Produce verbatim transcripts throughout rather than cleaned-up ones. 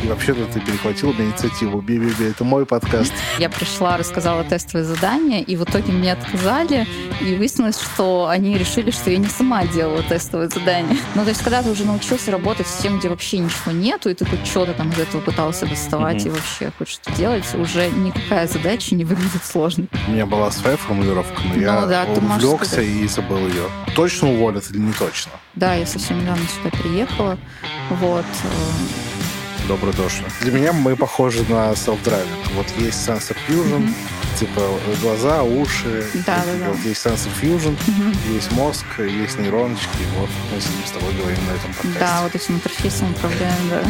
И вообще-то ты перехватила у меня инициативу. Би-би-би, это мой подкаст. Я пришла, рассказала тестовые задания, и в итоге мне отказали, и выяснилось, что они решили, что я не сама делала тестовые задания. Ну, то есть, когда ты уже научился работать с тем, где вообще ничего нету, и ты хоть что-то там из этого пытался доставать, mm-hmm. и вообще хоть что делать, уже никакая задача не выглядит сложной. У меня была своя формулировка, но ну, я да, увлекся и забыл ее. Точно уволят или не точно? Да, я совсем недавно сюда приехала. Вот. Добро дошли. Для меня мы похожи на self-driving. Вот есть Sensor Fusion, mm-hmm. типа глаза, уши. Да, да, да. Вот есть Sensor Fusion, mm-hmm. есть мозг, есть нейроночки. Вот мы с тобой говорим на этом подкасте. Да, вот этим интерфейсом управляем, да.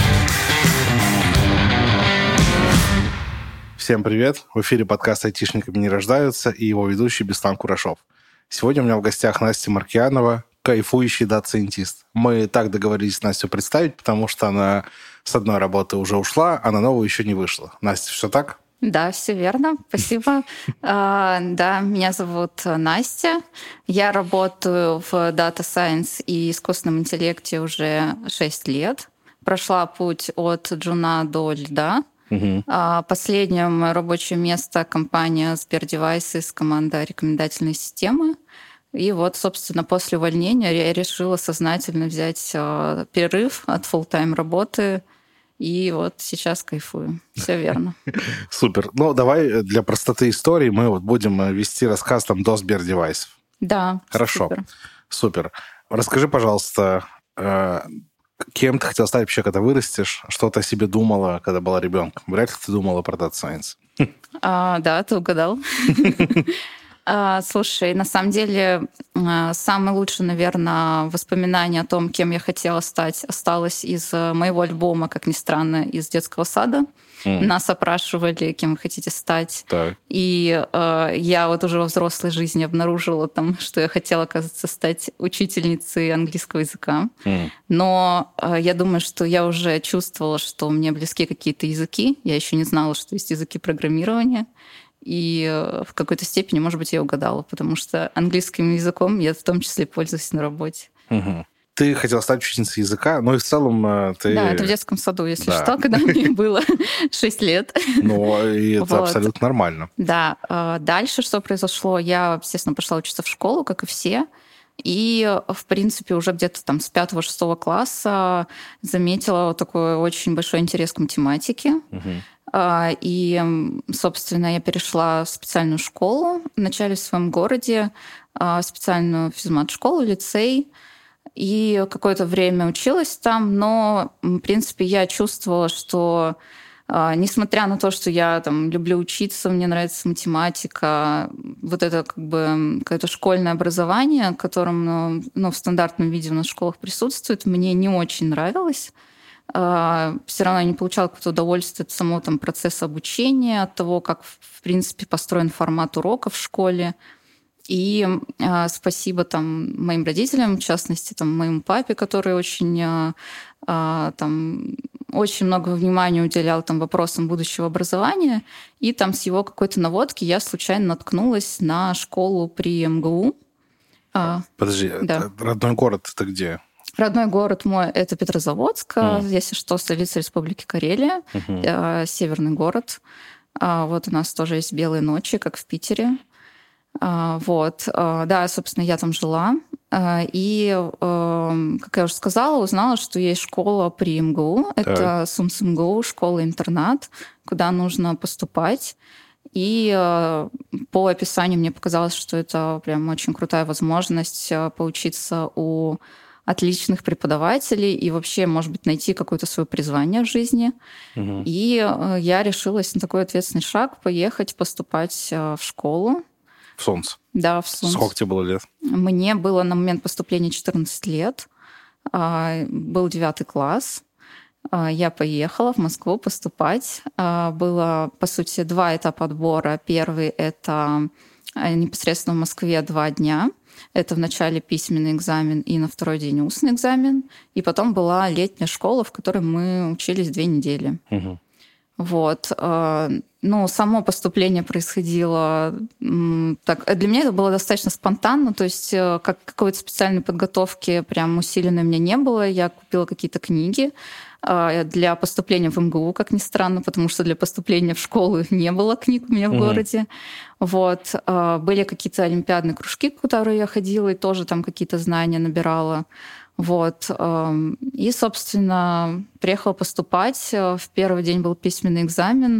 Всем привет. В эфире подкаст «Айтишниками не рождаются» и его ведущий Беслан Курашов. Сегодня у меня в гостях Настя Маркиянова, кайфующий дата-сайентист. Мы так договорились Настю представить, потому что она с одной работы уже ушла, а на новую еще не вышла. Настя, все так? Да, все верно. Спасибо. Да, меня зовут Настя. Я работаю в Data Science и искусственном интеллекте уже шесть лет. Прошла путь от джуна до льда. Угу. Последнее мое рабочее место — компания Sber Devices, команда рекомендательной системы. И вот, собственно, после увольнения я решила сознательно взять э, перерыв от фулл-тайм работы. И вот сейчас кайфую. Все верно. Супер. Ну, давай для простоты истории мы вот будем вести рассказ там до Sber Devices. Да. Хорошо. Супер. Супер. Расскажи, пожалуйста, э, кем ты хотела стать вообще, когда вырастешь? Что ты о себе думала, когда была ребенком? Вряд ли ты думала про Data Science. А, да, ты угадал. Слушай, на самом деле, самое лучшее, наверное, воспоминание о том, кем я хотела стать, осталось из моего альбома, как ни странно, из детского сада. Mm. Нас опрашивали, кем вы хотите стать. Так. И э, я вот уже во взрослой жизни обнаружила, там, что я хотела, оказывается, стать учительницей английского языка. Mm. Но э, я думаю, что я уже чувствовала, что мне близки какие-то языки. Я еще не знала, что есть языки программирования. И в какой-то степени, может быть, я угадала, потому что английским языком я в том числе пользуюсь на работе. Угу. Ты хотела стать учительницей языка, но и в целом ты... Да, это в детском саду, если да. что, когда мне было шесть лет. Ну, и это вот. Абсолютно нормально. Да. Дальше что произошло? Я, естественно, пошла учиться в школу, как и все. И, в принципе, уже где-то там с пятого-шестого класса заметила вот такой очень большой интерес к математике. Угу. И, собственно, я перешла в специальную школу, вначале в своем городе, специальную физмат-школу, лицей, и какое-то время училась там, но, в принципе, я чувствовала, что, несмотря на то, что я там люблю учиться, мне нравится математика, вот это как бы какое-то школьное образование, которым, ну, в стандартном виде у нас в школах присутствует, мне не очень нравилось. Все равно я не получала какое-то удовольствие от самого там процесса обучения, от того, как, в принципе, построен формат урока в школе. И э, спасибо там моим родителям, в частности, там, моему папе, который очень, э, э, там, очень много внимания уделял там, вопросам будущего образования. И там с его какой-то наводки я случайно наткнулась на школу при эм гэ у. Подожди, да. Родной город это где? Родной город мой — это Петрозаводск, mm. если что, столица Республики Карелия, uh-huh. северный город. Вот у нас тоже есть белые ночи, как в Питере. Вот. Да, собственно, я там жила. И, как я уже сказала, узнала, что есть школа при эм гэ у. Это СумСМГУ, школа-интернат, куда нужно поступать. И по описанию мне показалось, что это прям очень крутая возможность поучиться у отличных преподавателей и вообще, может быть, найти какое-то свое призвание в жизни. Угу. И я решилась на такой ответственный шаг — поехать поступать в школу. В СумС? Да, в СумС. Сколько тебе было лет? Мне было на момент поступления четырнадцать лет. Был девятый класс. Я поехала в Москву поступать. Было, по сути, два этапа отбора. Первый — это непосредственно в Москве два дня. Это вначале письменный экзамен и на второй день устный экзамен. И потом была летняя школа, в которой мы учились две недели. Угу. Вот. Ну, само поступление происходило так. Для меня это было достаточно спонтанно, то есть как какой-то специальной подготовки прям усиленной у меня не было. Я купила какие-то книги, для поступления в эм гэ у, как ни странно, потому что для поступления в школу не было книг у меня в mm-hmm. городе. Вот. Были какие-то олимпиадные кружки, в которые я ходила, и тоже там какие-то знания набирала. Вот. И, собственно, приехала поступать. В первый день был письменный экзамен.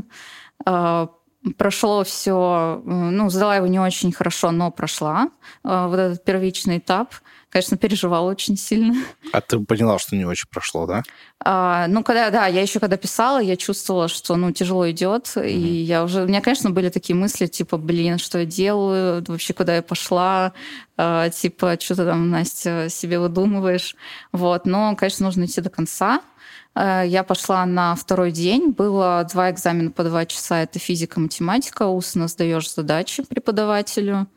Прошло все, ну, сдала его не очень хорошо, но прошла вот этот первичный этап. Конечно, переживала очень сильно. А ты поняла, что не очень прошло, да? А, ну, когда, да, я еще когда писала, я чувствовала, что, ну, тяжело идет, mm-hmm. и я уже, у меня, конечно, были такие мысли, типа, блин, что я делаю, вообще, куда я пошла, а, типа, что ты там, Настя, себе выдумываешь, вот, но, конечно, нужно идти до конца. Я пошла на второй день. Было два экзамена по два часа. Это физика, математика. Устно сдаешь задачи преподавателю.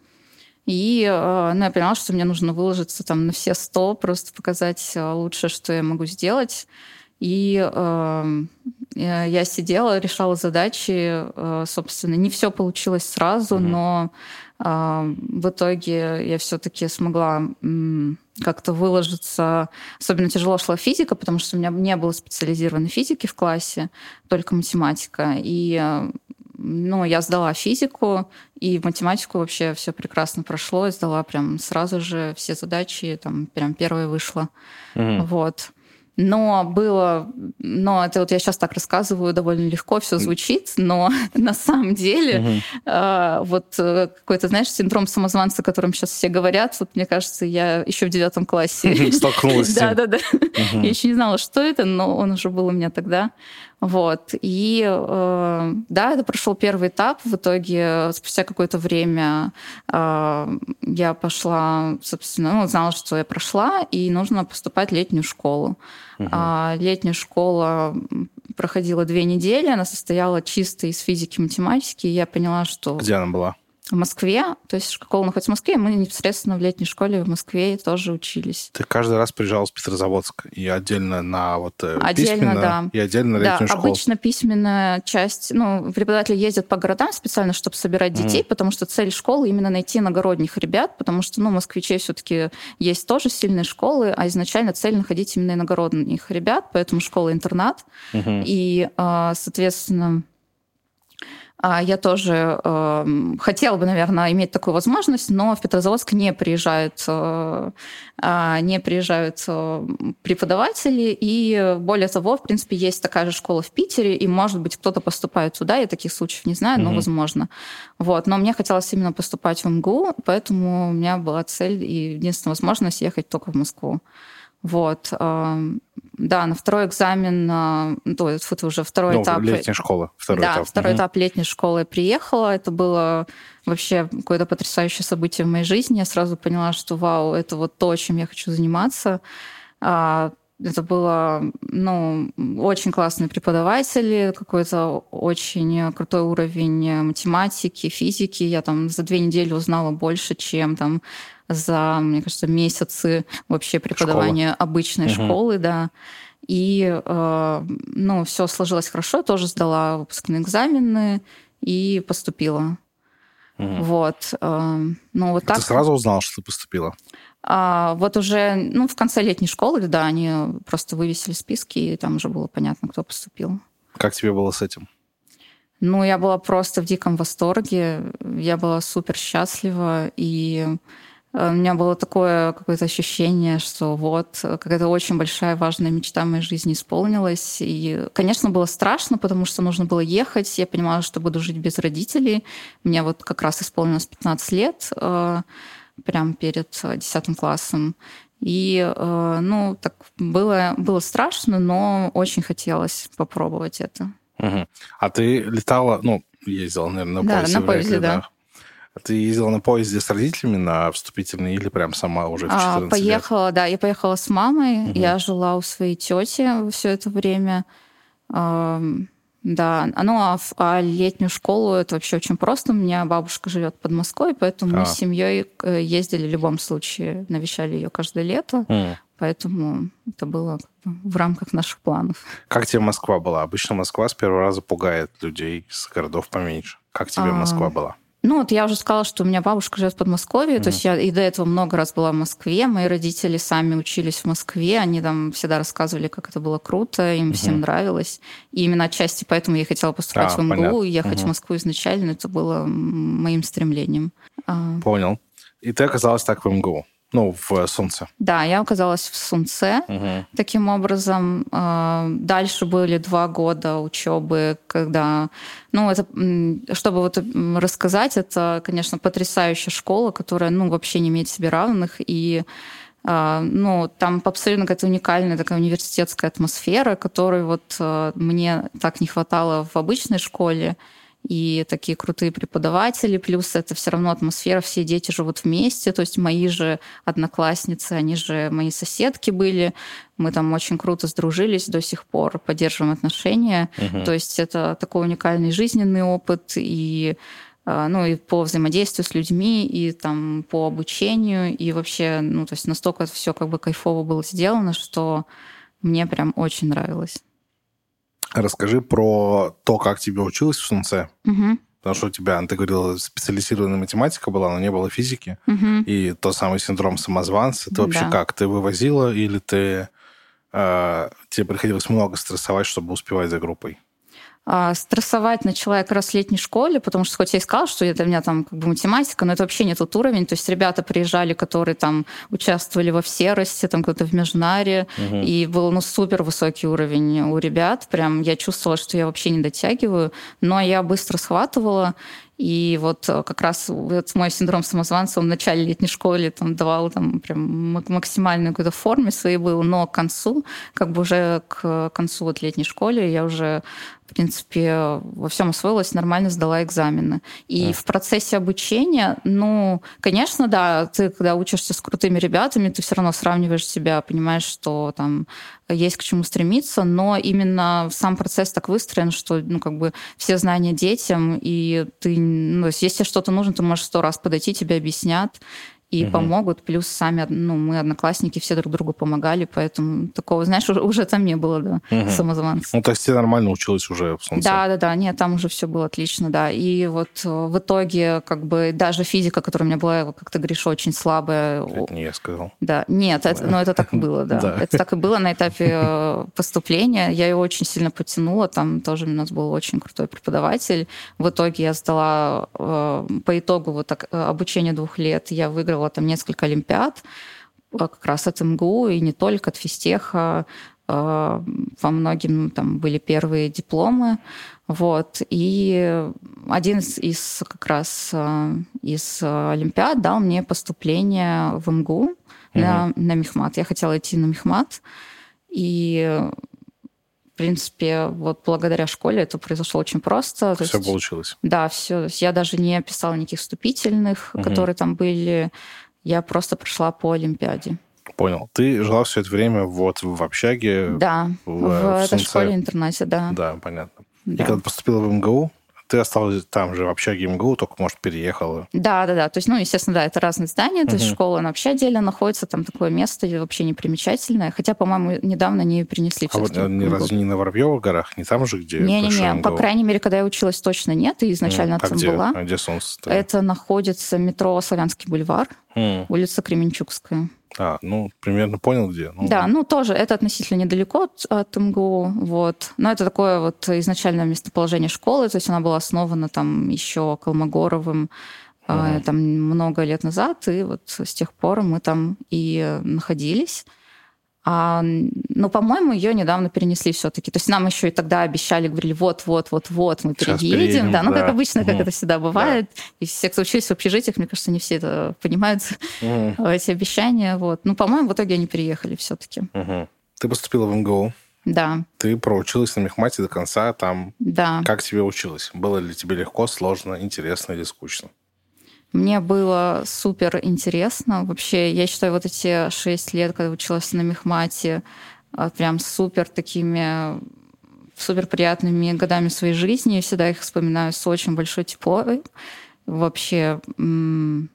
И ну, я поняла, что мне нужно выложиться там на все сто, просто показать лучшее, что я могу сделать. И э, я сидела, решала задачи. Э, собственно, не все получилось сразу, mm-hmm. но э, в итоге я все-таки смогла м, как-то выложиться. Особенно тяжело шла физика, потому что у меня не было специализированной физики в классе, только математика. И э, ну, я сдала физику, и математику вообще все прекрасно прошло. Я сдала прям сразу же все задачи, там прям первая вышла. Mm-hmm. Вот. Но было, но это вот я сейчас так рассказываю, довольно легко все звучит, но на самом деле угу. э, вот какой-то, знаешь, синдром самозванца, о котором сейчас все говорят, вот мне кажется, я еще в девятом классе столкнулась с ним. Да-да-да. Я еще не знала, что это, но он уже был у меня тогда. Вот. И э, да, это прошел первый этап. В итоге спустя какое-то время э, я пошла, собственно, ну, знала, что я прошла, и нужно поступать в летнюю школу. Uh-huh. А, летняя школа проходила две недели, она состояла чисто из физики и математики, и я поняла, что... Где она была? В Москве, то есть школа находится в Москве, и мы непосредственно в летней школе в Москве тоже учились. Ты каждый раз приезжала в Петрозаводск и отдельно на вот отдельно, письменно, да. и отдельно на летнюю да, школу? Обычно письменная часть, ну, преподаватели ездят по городам специально, чтобы собирать детей, mm. потому что цель школы именно найти иногородних ребят, потому что, ну, москвичей все-таки есть тоже сильные школы, а изначально цель находить именно иногородних ребят, поэтому школа-интернат. Mm-hmm. И, соответственно... Я тоже э, хотела бы, наверное, иметь такую возможность, но в Петрозаводск не приезжают, э, не приезжают преподаватели. И более того, в принципе, есть такая же школа в Питере, и, может быть, кто-то поступает туда. Я таких случаев не знаю, но mm-hmm. возможно. Вот. Но мне хотелось именно поступать в эм гэ у, поэтому у меня была цель и единственная возможность ехать только в Москву. Вот. Да, на второй экзамен, ну, это уже второй ну, этап. Летняя школа, второй да, этап. второй угу. этап летней школы я приехала. Это было вообще какое-то потрясающее событие в моей жизни. Я сразу поняла, что вау, это вот то, чем я хочу заниматься. Это было, ну, очень классные преподаватели, какой-то очень крутой уровень математики, физики. Я там за две недели узнала больше, чем там за, мне кажется, месяцы вообще преподавания школа. обычной угу. школы, да. И, э, ну, все сложилось хорошо, тоже сдала выпускные экзамены и поступила. Угу. Вот. Э, ну, вот а так. Ты сразу узнала, что ты поступила? А, вот уже, ну, в конце летней школы, да, они просто вывесили списки, и там уже было понятно, кто поступил. Как тебе было с этим? Ну, я была просто в диком восторге, я была супер счастлива, и у меня было такое какое-то ощущение, что вот какая-то очень большая важная мечта в моей жизни исполнилась. И, конечно, было страшно, потому что нужно было ехать. Я понимала, что буду жить без родителей. Мне вот как раз исполнилось пятнадцать лет, прямо перед десятым классом. И, ну, так было, было страшно, но очень хотелось попробовать это. Угу. А ты летала, ну, ездила, наверное, на да, поезде? Да, на поезде, ли, да. да. Ты ездила на поезде с родителями на вступительный или прям сама уже в четырнадцать лет? Поехала, да, я поехала с мамой. Угу. Я жила у своей тети все это время. Да, ну а, в, а летнюю школу это вообще очень просто. У меня бабушка живет под Москвой, поэтому а. мы с семьей ездили в любом случае, навещали ее каждое лето. Mm. Поэтому это было в рамках наших планов. Как тебе Москва была? Обычно Москва с первого раза пугает людей с городов поменьше. Как тебе а, Москва была? Ну, вот я уже сказала, что у меня бабушка живет в Подмосковье, mm-hmm. то есть я и до этого много раз была в Москве. Мои родители сами учились в Москве, они там всегда рассказывали, как это было круто, им mm-hmm. всем нравилось. И именно отчасти поэтому я хотела поступать а, в МГУ, понятно. И ехать mm-hmm. в Москву изначально, это было моим стремлением. Понял. И ты оказалась так в МГУ? Ну, в Сунце. Да, я оказалась в Сунце. Угу. Таким образом, дальше были два года учебы, когда, ну, это, чтобы вот рассказать, это, конечно, потрясающая школа, которая, ну, вообще не имеет себе равных, и ну, там абсолютно какая-то уникальная такая университетская атмосфера, которой вот мне так не хватало в обычной школе. И такие крутые преподаватели, плюс это все равно атмосфера, все дети живут вместе, то есть мои же одноклассницы, они же мои соседки были, мы там очень круто сдружились, до сих пор поддерживаем отношения, угу. то есть это такой уникальный жизненный опыт, и, ну, и по взаимодействию с людьми, и там по обучению, и вообще, ну, то есть настолько это все как бы кайфово было сделано, что мне прям очень нравилось. Расскажи про то, как тебе училась в Сунце. Угу. Потому что у тебя, ты говорила, специализированная математика была, но не было физики. Угу. И тот самый синдром самозванца. Ты вообще да. как? Ты вывозила или ты, э, тебе приходилось много стрессовать, чтобы успевать за группой? Стрессовать начала я как раз в летней школе, потому что хоть я и сказала, что это у меня там как бы математика, но это вообще не тот уровень. То есть ребята приезжали, которые там участвовали во всерости, там кто-то в Межнаре, угу. и был ну, супер высокий уровень у ребят. Прям я чувствовала, что я вообще не дотягиваю, но я быстро схватывала. И вот как раз вот мой синдром самозванца, он в начале летней школы там, давал там, прям максимальную какую-то форме своей был, но к концу, как бы уже к концу вот летней школы я уже, в принципе, во всем освоилась, нормально сдала экзамены. И mm. в процессе обучения, ну, конечно, да, ты когда учишься с крутыми ребятами, ты все равно сравниваешь себя, понимаешь, что там есть к чему стремиться, но именно сам процесс так выстроен, что ну, как бы все знания детям, и ты, ну, если тебе что-то нужно, ты можешь сто раз подойти, тебе объяснят и угу. помогут. Плюс сами, ну, мы одноклассники, все друг другу помогали, поэтому такого, знаешь, уже, уже там не было, да, угу. самозванца. Ну, то есть ты нормально училась уже в Сунце? Да, да, да, нет, там уже все было отлично, да. И вот в итоге, как бы, даже физика, которая у меня была, как ты говоришь, очень слабая. Это не я сказал. Да, нет, это, но это так и было, да. да. Это так и было на этапе поступления. Я ее очень сильно подтянула, там тоже у нас был очень крутой преподаватель. В итоге я сдала, по итогу вот так, обучения двух лет, я выиграла там несколько олимпиад, как раз от МГУ, и не только, от физтеха. Во многим там были первые дипломы. Вот. И один из, из как раз из олимпиад дал мне поступление в МГУ угу. на, на мехмат. Я хотела идти на мехмат. И, в принципе, вот благодаря школе это произошло очень просто. Все есть, получилось. Да, все. Я даже не писала никаких вступительных, угу. которые там были. Я просто прошла по олимпиаде. Понял. Ты жила все это время вот в общаге? Да, в, в, в этой школе-интернате, да. Да, понятно. Да. И когда поступила в МГУ, ты осталась там же в общаге МГУ, только, может, переехала? Да, да, да. То есть, ну, естественно, да, это разные здания. То есть угу. школа, она вообще отдельно находится, там такое место вообще непримечательное. Хотя, по-моему, недавно не перенесли все. А вот ни разу не на Воробьевых горах, не там же, где Не-не-не, по крайней мере, когда я училась, точно нет, и изначально а там где? была. А где Солнце? Это находится метро Славянский бульвар, mm. улица Кременчугская. А, ну, примерно понял, где. Ну, да, ну, тоже это относительно недалеко от, от МГУ, вот. Но это такое вот изначальное местоположение школы, то есть она была основана там еще Колмогоровым uh-huh. э, там много лет назад, и вот с тех пор мы там и находились. А, ну, по-моему, ее недавно перенесли все-таки. То есть нам еще и тогда обещали, говорили, вот-вот-вот-вот, мы переедем. переедем. Да, ну, да. как обычно, как mm. это всегда бывает. Да. И все, кто учились в общежитиях, мне кажется, не все это понимают, mm. эти обещания. Вот. Ну, по-моему, в итоге они переехали все-таки. Mm-hmm. Ты поступила в МГУ. Да. Ты проучилась на мехмате до конца там. Да. Как тебе училась? Было ли тебе легко, сложно, интересно или скучно? Мне было супер интересно. Вообще, я считаю, вот эти шесть лет, когда училась на мехмате, прям супер такими супер приятными годами своей жизни. Я всегда их вспоминаю с очень большой теплой. Вообще, м-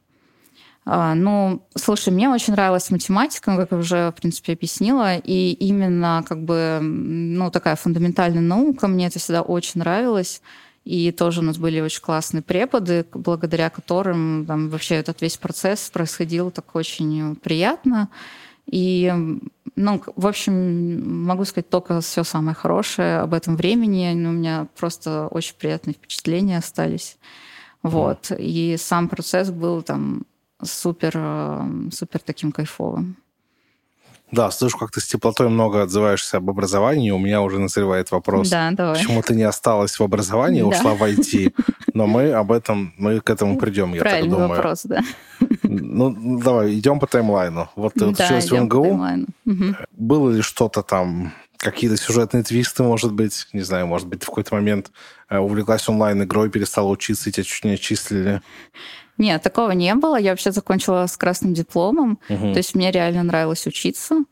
а, ну, слушай, мне очень нравилась математика, как я уже, в принципе, объяснила, и именно как бы, ну, такая фундаментальная наука, мне это всегда очень нравилось. и тоже у нас были очень классные преподы, благодаря которым там, вообще этот весь процесс происходил так очень приятно. И, ну, в общем, могу сказать только все самое хорошее об этом времени. У меня просто очень приятные впечатления остались. Вот. Mm. И сам процесс был там супер, супер таким кайфовым. Да, слышу, как ты с теплотой много отзываешься об образовании. У меня уже назревает вопрос, да, почему ты не осталась в образовании, да. ушла в ай ти. Но мы об этом, мы к этому придем, я Правильный так думаю. вопрос, да. Ну, давай, идем по таймлайну. Вот ты вот да, училась в эн гэ у. Угу. Было ли что-то там, какие-то сюжетные твисты, может быть? Не знаю, может быть, ты в какой-то момент увлеклась онлайн-игрой, перестала учиться, и тебя чуть не отчислили? Нет, такого не было. Я вообще закончила с красным дипломом. Uh-huh. То есть мне реально нравилось учиться.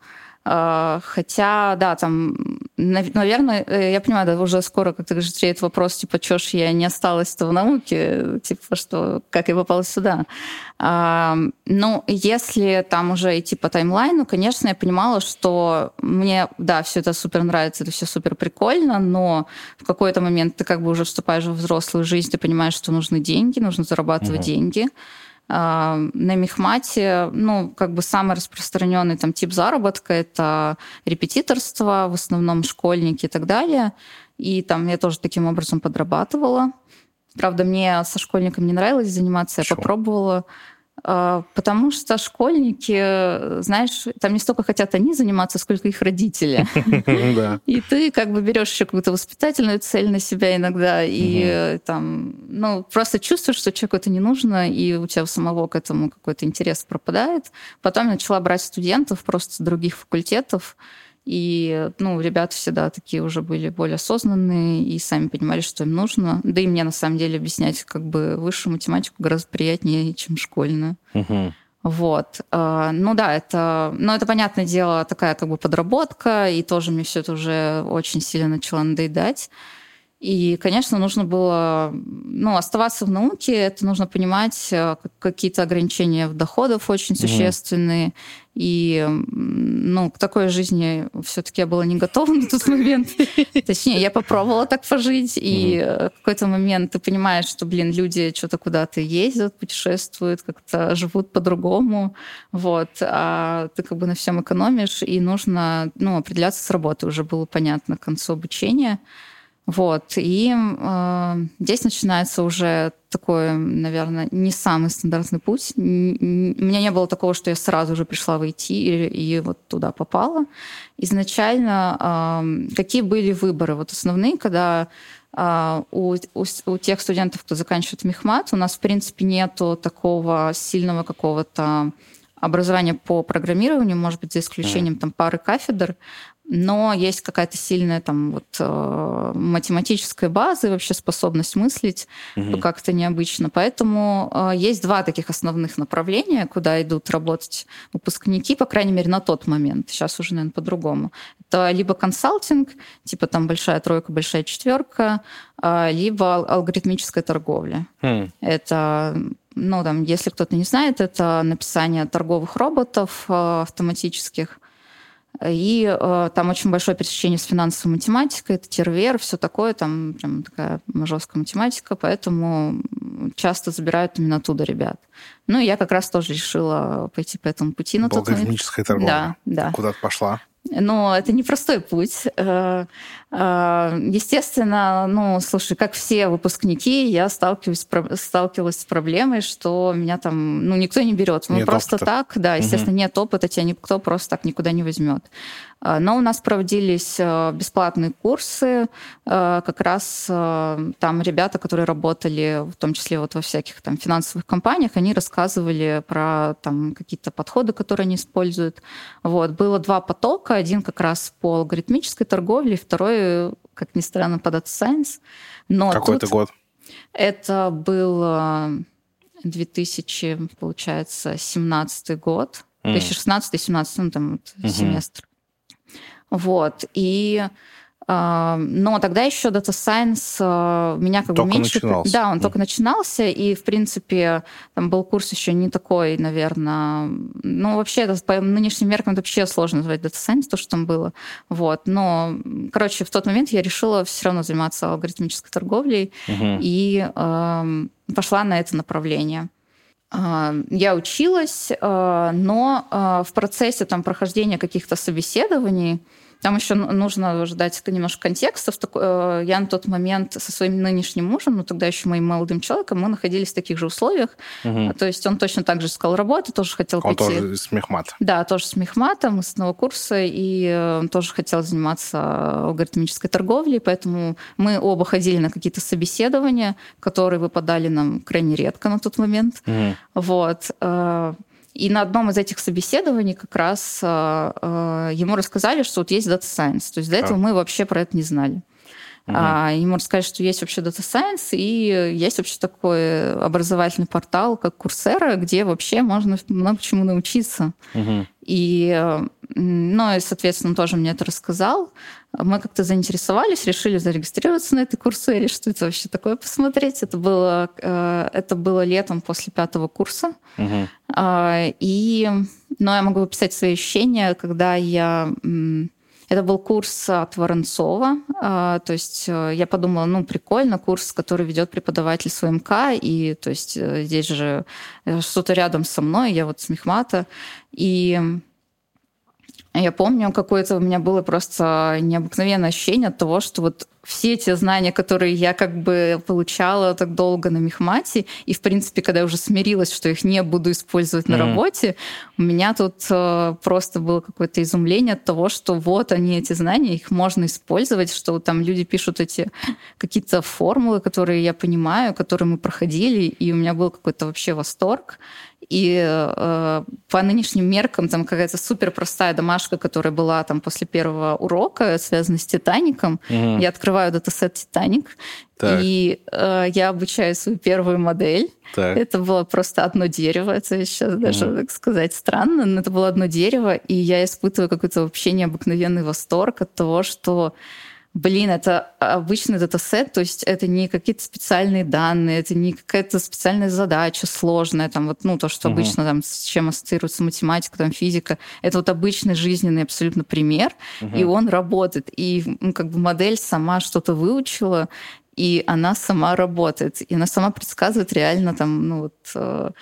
Хотя, да, там, наверное, я понимаю, да, уже скоро, как ты говоришь, зреет вопрос, типа, чё ж я не осталась-то в науке, типа, что, как я попала сюда. Ну, если там уже идти по таймлайну, конечно, я понимала, что мне, да, все это супер нравится, это все супер прикольно, но в какой-то момент ты как бы уже вступаешь в взрослую жизнь, ты понимаешь, что нужны деньги, нужно зарабатывать uh-huh. деньги. На мехмате, ну, как бы самый распространенный там тип заработка – это репетиторство, в основном школьники и так далее. И там я тоже таким образом подрабатывала. Правда, мне со школьниками не нравилось заниматься, я Почему? попробовала. Потому что школьники, знаешь, там не столько хотят они заниматься, сколько их родители. И ты как бы берешь еще какую-то воспитательную цель на себя иногда, и там, ну, просто чувствуешь, что человеку это не нужно, и у тебя у самого к этому какой-то интерес пропадает. Потом я начала брать студентов просто с других факультетов, и, ну, ребята всегда такие уже были более осознанные и сами понимали, что им нужно. Да и мне, на самом деле, объяснять как бы высшую математику гораздо приятнее, чем школьную. Uh-huh. Вот. Ну да, это, ну, это, понятное дело, такая как бы подработка, и тоже мне все это уже очень сильно начало надоедать. И, конечно, нужно было, ну, оставаться в науке, это нужно понимать, какие-то ограничения в доходах очень существенные. Mm-hmm. И, ну, к такой жизни все-таки я была не готова на тот момент. Точнее, я попробовала так пожить, и mm-hmm. в какой-то момент ты понимаешь, что, блин, люди что-то куда-то ездят, путешествуют, как-то живут по-другому, вот, а ты как бы на всем экономишь, и нужно, ну, определяться с работой. Уже было понятно к концу обучения. Вот. И э, здесь начинается уже такой, наверное, не самый стандартный путь. У меня не было такого, что я сразу же пришла в ай ти и, и вот туда попала. Изначально э, какие были выборы? Вот основные, когда э, у, у, у тех студентов, кто заканчивает мехмат, у нас, в принципе, нету такого сильного какого-то образования по программированию, может быть, за исключением там, пары кафедр, но есть какая-то сильная там вот э, математическая база и вообще способность мыслить mm-hmm. как-то необычно. Поэтому э, есть два таких основных направления, куда идут работать выпускники, по крайней мере, на тот момент. Сейчас уже, наверное, по-другому. Это либо консалтинг, типа там большая тройка, большая четверка, э, либо алгоритмическая торговля. Mm. Это, ну, там, если кто-то не знает, это написание торговых роботов э, автоматических. И э, там очень большое пересечение с финансовой математикой, это ТРВР, все такое, там прям такая жесткая математика, поэтому часто забирают именно оттуда ребят. Ну, и я как раз тоже решила пойти по этому пути на тот момент. Алгоритмическая торговля. Да, да. Куда ты пошла? Но это непростой путь. Естественно, ну, слушай, как все выпускники, я сталкиваюсь, сталкивалась с проблемой, что меня там, ну, никто не берет. Ну, просто опыта. Так, да, естественно, угу. нет опыта, тебя никто просто так никуда не возьмет. Но у нас проводились бесплатные курсы, как раз там ребята, которые работали, в том числе вот во всяких там финансовых компаниях, они рассказывали про там какие-то подходы, которые они используют. Вот. Было два потока, один как раз по алгоритмической торговле, второй, как ни странно, по Data Science. Но какой это год? Это был две тысячи, получается, семнадцатый год, mm. две тысячи шестнадцатый-семнадцатый, ну там вот, угу. семестр. Вот. И Но тогда еще Data Science меня как только бы меньше... Начинался. Да, он mm. только начинался, и, в принципе, там был курс еще не такой, наверное... Ну, вообще, это, по нынешним меркам это вообще сложно назвать Data Science, то, что там было. Вот. Но, короче, в тот момент я решила все равно заниматься алгоритмической торговлей mm-hmm. и э, пошла на это направление. Я училась, но в процессе там, прохождения каких-то собеседований, там еще нужно ждать это немножко контекста. Я на тот момент со своим нынешним мужем, ну тогда еще моим молодым человеком, мы находились в таких же условиях. Угу. То есть он точно так же искал работу, тоже хотел он пойти... Он тоже с мехмата. Да, тоже с мехмата, мы с одного курса, и он тоже хотел заниматься алгоритмической торговлей, поэтому мы оба ходили на какие-то собеседования, которые выпадали нам крайне редко на тот момент. Угу. Вот. И на одном из этих собеседований как раз э, ему рассказали, что вот есть Data Science. То есть до этого а. мы вообще про это не знали. Угу. А, ему рассказали, что есть вообще Data Science, и есть вообще такой образовательный портал, как Coursera, где вообще можно много чему научиться. Угу. И, ну, и, соответственно, он тоже мне это рассказал. Мы как-то заинтересовались, решили зарегистрироваться на этой Coursera, что это вообще такое посмотреть. Это было, это было летом после пятого курса. Угу. И, ну, я могу описать свои ощущения, когда я... Это был курс от Воронцова, то есть я подумала, ну, прикольно, курс, который ведет преподаватель с ВМК, и то есть здесь же что-то рядом со мной, я вот с мехмата, и я помню, какое-то у меня было просто необыкновенное ощущение от того, что вот все те знания, которые я как бы получала так долго на мехмате, и, в принципе, когда я уже смирилась, что их не буду использовать mm-hmm. на работе, у меня тут э, просто было какое-то изумление от того, что вот они, эти знания, их можно использовать, что там люди пишут эти какие-то формулы, которые я понимаю, которые мы проходили, и у меня был какой-то вообще восторг. И э, по нынешним меркам там какая-то супер простая домашка, которая была там после первого урока, связанная с Титаником. Mm-hmm. Я открываю датасет Титаник, так. и э, я обучаю свою первую модель. Так. Это было просто одно дерево. Это сейчас даже, mm-hmm. так сказать, странно, но это было одно дерево, и я испытываю какой-то вообще необыкновенный восторг от того, что Блин, это обычный датасет, то есть это не какие-то специальные данные, это не какая-то специальная задача сложная, там вот, ну, то, что uh-huh. обычно там, с чем ассоциируется математика, там, физика. Это вот обычный жизненный абсолютно пример, uh-huh. и он работает. И ну, как бы модель сама что-то выучила, и она сама работает, и она сама предсказывает реально там, ну, вот... Э-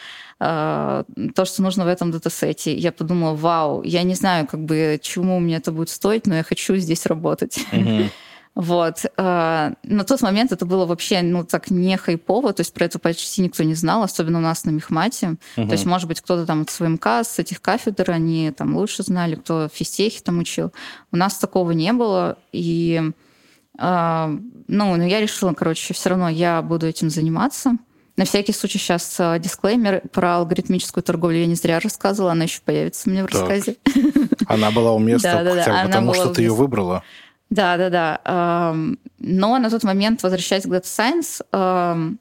то, что нужно в этом датасете. Я подумала, вау, я не знаю, как бы, чему мне это будет стоить, но я хочу здесь работать. Mm-hmm. Вот. На тот момент это было вообще, ну, так не хайпово, то есть про это почти никто не знал, особенно у нас на мехмате. Mm-hmm. То есть, может быть, кто-то там с ВМК, с этих кафедр, они там лучше знали, кто в физтехе там учил. У нас такого не было, и, ну, ну, я решила, короче, все равно я буду этим заниматься. На всякий случай сейчас дисклеймер про алгоритмическую торговлю я не зря рассказывала, она еще появится у меня в рассказе. Она была уместна хотя бы потому, что ты ее выбрала. Да, да, да. Но на тот момент, возвращаясь к Data Science,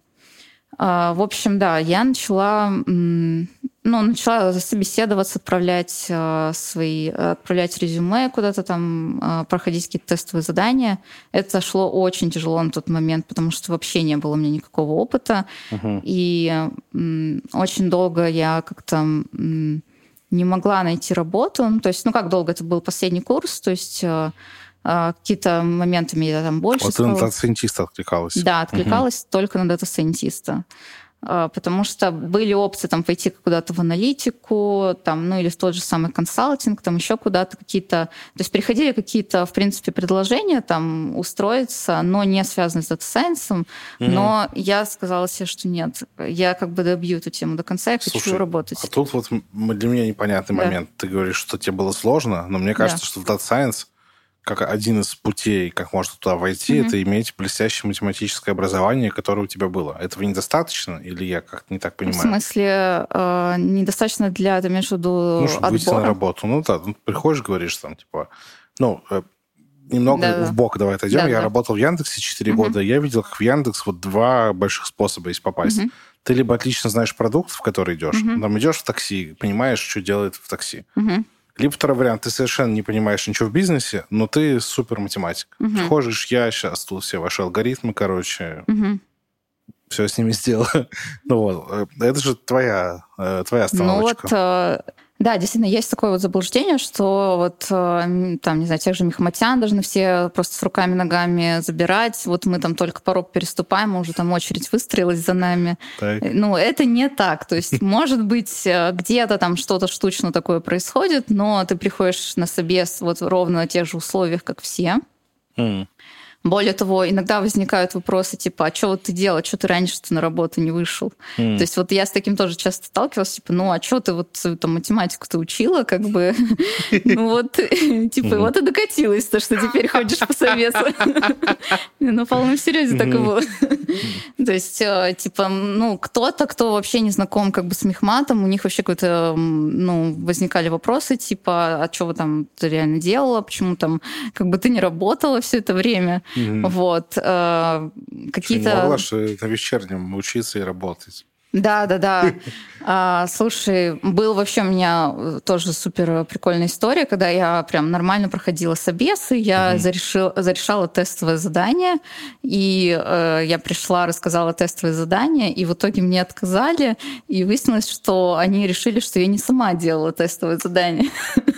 в общем, да, я начала, ну, начала собеседоваться, отправлять свои, отправлять резюме куда-то там, проходить какие-то тестовые задания. Это шло очень тяжело на тот момент, потому что вообще не было у меня никакого опыта. Uh-huh. И очень долго я как-то не могла найти работу. То есть, ну как долго? Это был последний курс, то есть... Какие-то моментами я там больше вот сказала. Вот ты на дата-сайентиста откликалась. Да, откликалась угу. только на дата-сайентиста. Потому что были опции там пойти куда-то в аналитику, там, ну или в тот же самый консалтинг, там еще куда-то какие-то... То есть приходили какие-то, в принципе, предложения там устроиться, но не связанные с дата-сайенсом. Угу. Но я сказала себе, что нет, я как бы добью эту тему до конца, я Слушай, хочу работать. А тут вот для меня непонятный да. момент. Ты говоришь, что тебе было сложно, но мне кажется, да. что в дата-сайенс как один из путей, как можно туда войти, mm-hmm. это иметь блестящее математическое образование, которое у тебя было. Этого недостаточно? Или я как-то не так понимаю? В смысле, э, недостаточно для, ты имеешь в виду, ну, чтобы отбора? Выйти на работу. Ну да, ну, приходишь, говоришь там, типа, ну, э, немного да, в бок давай отойдем. Да, я да. работал в Яндексе четыре mm-hmm. года, я видел, как в Яндекс вот два больших способа есть попасть. Mm-hmm. Ты либо отлично знаешь продукт, в который идешь, mm-hmm. там идешь в такси, понимаешь, что делает в такси. Mm-hmm. Либо второй вариант, ты совершенно не понимаешь ничего в бизнесе, но ты супер математик. Угу. Приходишь, я сейчас тут все ваши алгоритмы, короче, угу. все с ними сделал. Ну вот, это же твоя, твоя остановочка. Ну вот... Да, действительно, есть такое вот заблуждение, что вот там, не знаю, тех же мехматян должны все просто с руками-ногами забирать. Вот мы там только порог переступаем, а уже там очередь выстроилась за нами. Так. Ну, это не так. То есть, может быть, где-то там что-то штучно такое происходит, но ты приходишь на собес вот ровно на тех же условиях, как все. Mm. Более того, иногда возникают вопросы типа, а что вот ты делал, что ты раньше-то на работу не вышел? Mm. То есть вот я с таким тоже часто сталкивалась, типа, ну а что ты вот там математику-то учила, как бы, ну вот, типа, вот и докатилась, то, что теперь ходишь по совету. На полном серьезе так и было. То есть, типа, ну, кто-то, кто вообще не знаком как бы с мехматом, у них вообще какой-то, ну, возникали вопросы, типа, а что вы там реально делала, почему там, как бы ты не работала все это время? Mm-hmm. Вот. Э, какие-то... Ты не могла, что на вечернем учиться и работать. Да, да, да. А, слушай, был вообще у меня тоже супер прикольная история, когда я прям нормально проходила собесы, я mm-hmm. зарешил, зарешала тестовое задание, и э, я пришла, рассказала тестовое задание, и в итоге мне отказали, и выяснилось, что они решили, что я не сама делала тестовое задание.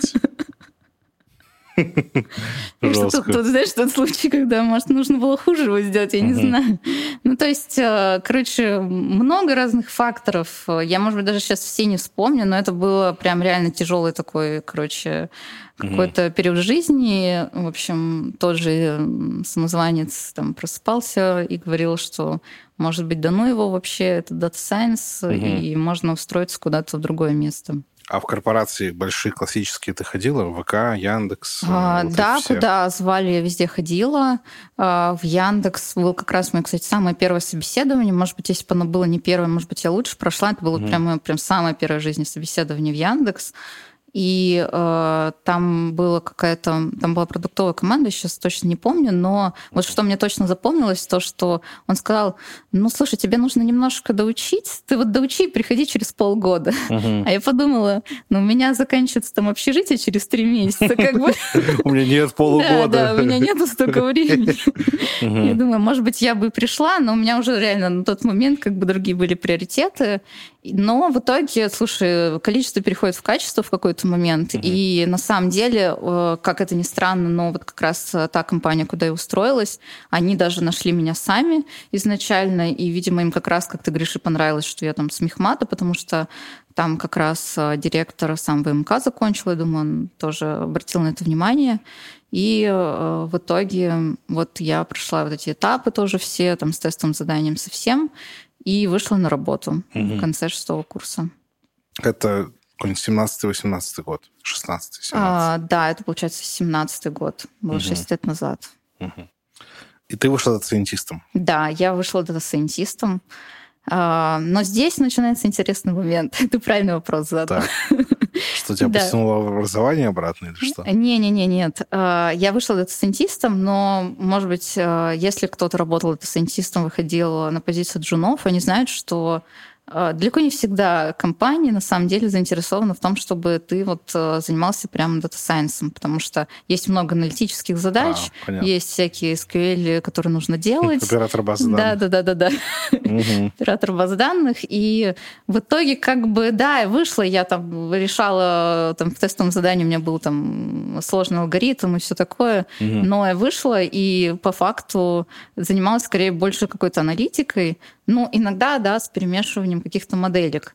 Что тут, тут, знаешь, тот случай, когда, может, нужно было хуже его сделать, я uh-huh. не знаю. Ну, то есть, короче, много разных факторов. Я, может быть, даже сейчас все не вспомню, но это было прям реально тяжелый такой, короче, какой-то uh-huh. период жизни. В общем, тот же самозванец там просыпался и говорил, что, может быть, да ну его вообще, это Data Science, uh-huh. и можно устроиться куда-то в другое место. А в корпорации большие классические ты ходила? ВК, Яндекс? А, вот да, куда звали, я везде ходила. А, в Яндекс был как раз мое, кстати, самое первое собеседование. Может быть, если бы оно было не первое, может быть, я лучше прошла. Это было mm-hmm. прям, прям самое первое в жизни собеседование в Яндекс. И э, там была какая-то, там была продуктовая команда, сейчас точно не помню, но вот что мне точно запомнилось, то, что он сказал, ну, слушай, тебе нужно немножко доучить, ты вот доучи и приходи через полгода. Uh-huh. А я подумала, ну, у меня заканчивается там общежитие через три месяца, как бы. У меня нет полугода. Да, да, у меня нету столько времени. Я думаю, может быть, я бы пришла, но у меня уже реально на тот момент как бы другие были приоритеты. Но в итоге, слушай, количество переходит в качество в какой-то момент. Mm-hmm. И на самом деле, как это ни странно, но вот как раз та компания, куда я устроилась, они даже нашли меня сами изначально. И, видимо, им как раз, как ты говоришь, и понравилось, что я там с мехмата, потому что там как раз директор сам ВМК закончил, я думаю, он тоже обратил на это внимание. И э, в итоге вот я прошла вот эти этапы тоже все, там с тестовым заданием совсем, и вышла на работу угу. в конце шестого курса. Это какой-нибудь семнадцатый-восемнадцатый год? шестнадцатый-семнадцатый? А, да, это, получается, семнадцатый год. Было угу. шесть лет назад. Угу. И ты вышла дата-сайентистом? Да, я вышла дата-сайентистом. А, но здесь начинается интересный момент. Ты правильный вопрос задал. Что, тебя потянуло в образование обратно или что? Не-не-не, нет. Я вышла дата-сайентистом, но, может быть, если кто-то работал дата-сайентистом, выходил на позицию джунов, они знают, что далеко не всегда компания на самом деле заинтересована в том, чтобы ты вот занимался прямо дата-сайенсом, потому что есть много аналитических задач, а, есть всякие эс кью эль, которые нужно делать. Оператор базы данных. Да-да-да-да. Оператор баз данных. И в итоге как бы, да, вышла, я там решала, там в тестовом задании у меня был там сложный алгоритм и все такое, но я вышла и по факту занималась скорее больше какой-то аналитикой, ну, иногда, да, с перемешиванием каких-то моделек.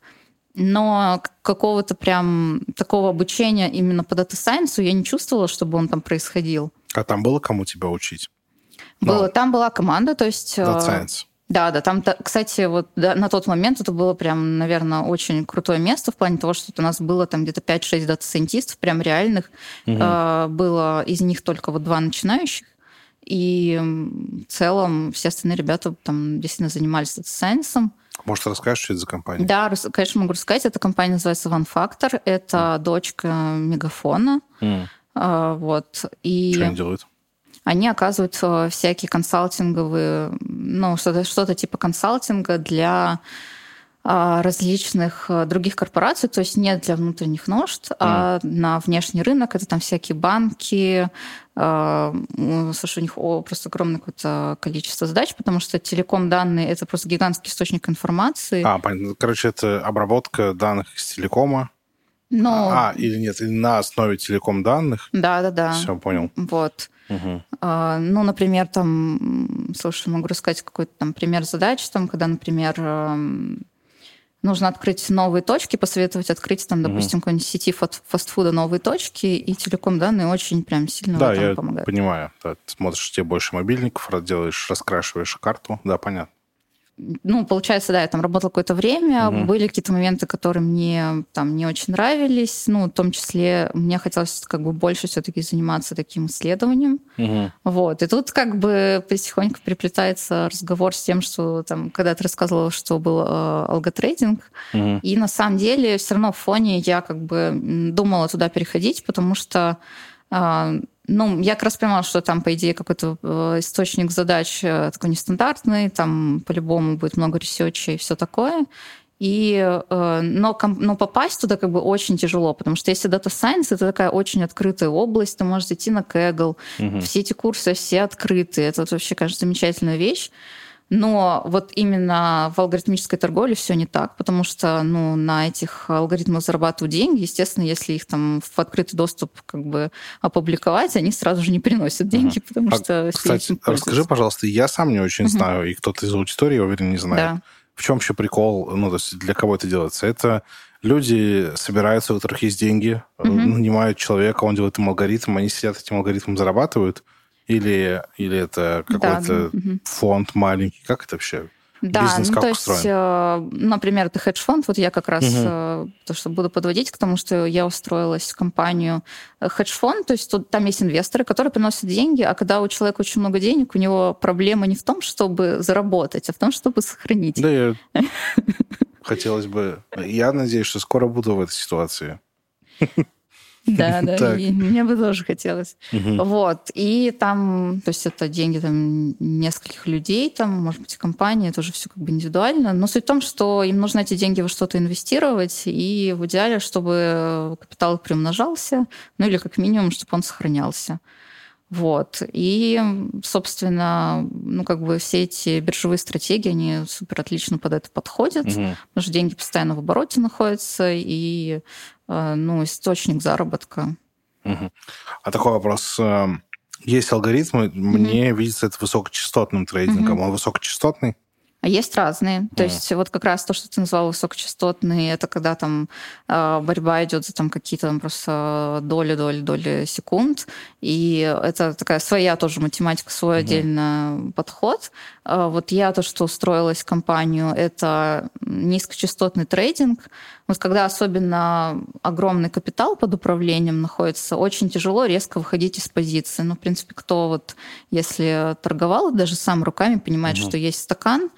Но какого-то прям такого обучения именно по дата-сайенсу я не чувствовала, чтобы он там происходил. А там было кому тебя учить? Было. Но... Там была команда, то есть... Дата-сайенс. Да, да, там, кстати, вот да, на тот момент это было прям, наверное, очень крутое место в плане того, что у нас было там где-то пять-шесть дата-сайентистов, прям реальных. Угу. А, было из них только вот два начинающих. И в целом все остальные ребята там действительно занимались дата-сайенсом. Может, расскажешь, что это за компания? Да, конечно, могу рассказать. Эта компания называется OneFactor. Это mm. дочка Мегафона. Mm. А, вот. И что они делают? Они оказывают всякие консалтинговые, ну, что-то, что-то типа консалтинга для различных других корпораций, то есть не для внутренних нужд, mm. а на внешний рынок. Это там всякие банки. Слушай, у них просто огромное какое-то количество задач, потому что телеком-данные — это просто гигантский источник информации. А, короче, это обработка данных из телекома. Но... А, или нет, или на основе телеком-данных? Да-да-да. Все, понял. Вот. Угу. А, ну, например, там, слушай, могу рассказать какой-то там пример задач, там, когда, например, нужно открыть новые точки, посоветовать открыть, там, допустим, угу. какой-нибудь сети фастфуда новые точки, и телеком-данные очень прям сильно да, в этом я помогают. Понимаю. Да, ты смотришь, тебе больше мобильников, делаешь, раскрашиваешь карту. Да, понятно. Ну, получается, да, я там работала какое-то время, угу. были какие-то моменты, которые мне там не очень нравились, ну, в том числе мне хотелось как бы больше все-таки заниматься таким исследованием, угу. вот, и тут как бы потихоньку переплетается разговор с тем, что там, когда ты рассказывала, что был э, алготрейдинг, угу. и на самом деле все равно в фоне я как бы думала туда переходить, потому что э, ну, я как раз понимала, что там, по идее, какой-то источник задач такой нестандартный, там по-любому будет много ресерча и все такое. И, но, но попасть туда как бы очень тяжело, потому что если Data Science — это такая очень открытая область, ты можешь зайти на Kaggle, угу. все эти курсы все открыты, это вообще, кажется, замечательная вещь. Но вот именно в алгоритмической торговле все не так, потому что ну, на этих алгоритмах зарабатывают деньги. Естественно, если их там в открытый доступ как бы опубликовать, они сразу же не приносят деньги, uh-huh. потому а, что... Кстати, расскажи, пожалуйста, я сам не очень uh-huh. знаю, и кто-то из аудитории, я уверен, не знает. Да. В чем вообще прикол, ну, то есть для кого это делается? Это люди собираются, у которых есть деньги, uh-huh. нанимают человека, он делает им алгоритм, они сидят этим алгоритмом, зарабатывают. Или, или это какой-то да, угу. фонд маленький? Как это вообще? Да, Бизнес ну, как то устроен? Есть, например, это хедж-фонд. Вот я как раз угу. то, что буду подводить к тому, что я устроилась в компанию хедж-фонд. То есть тут, там есть инвесторы, которые приносят деньги, а когда у человека очень много денег, у него проблема не в том, чтобы заработать, а в том, чтобы сохранить. Да, я... хотелось бы... Я надеюсь, что скоро буду в этой ситуации. Да, да, и мне бы тоже хотелось. Угу. Вот, и там, то есть это деньги там нескольких людей, там, может быть, и компании, это уже все как бы индивидуально, но суть в том, что им нужно эти деньги во что-то инвестировать, и в идеале, чтобы капитал приумножался, ну или как минимум, чтобы он сохранялся. Вот. И, собственно, ну, как бы все эти биржевые стратегии, они супер отлично под это подходят, угу. потому что деньги постоянно в обороте находятся, и ну, источник заработка. Угу. А такой вопрос. Есть алгоритмы, угу. мне видится это высокочастотным трейдингом. Угу. Он высокочастотный? Есть разные. Mm. То есть вот как раз то, что ты назвал высокочастотные, это когда там борьба идет за там какие-то там просто доли, доли, доли секунд. И это такая своя тоже математика, свой mm-hmm. отдельный подход. Вот я то, что устроилась в компанию, это низкочастотный трейдинг. Вот когда особенно огромный капитал под управлением находится, очень тяжело резко выходить из позиции. Ну, в принципе, кто вот, если торговал, даже сам руками понимает, mm-hmm. что есть стакан,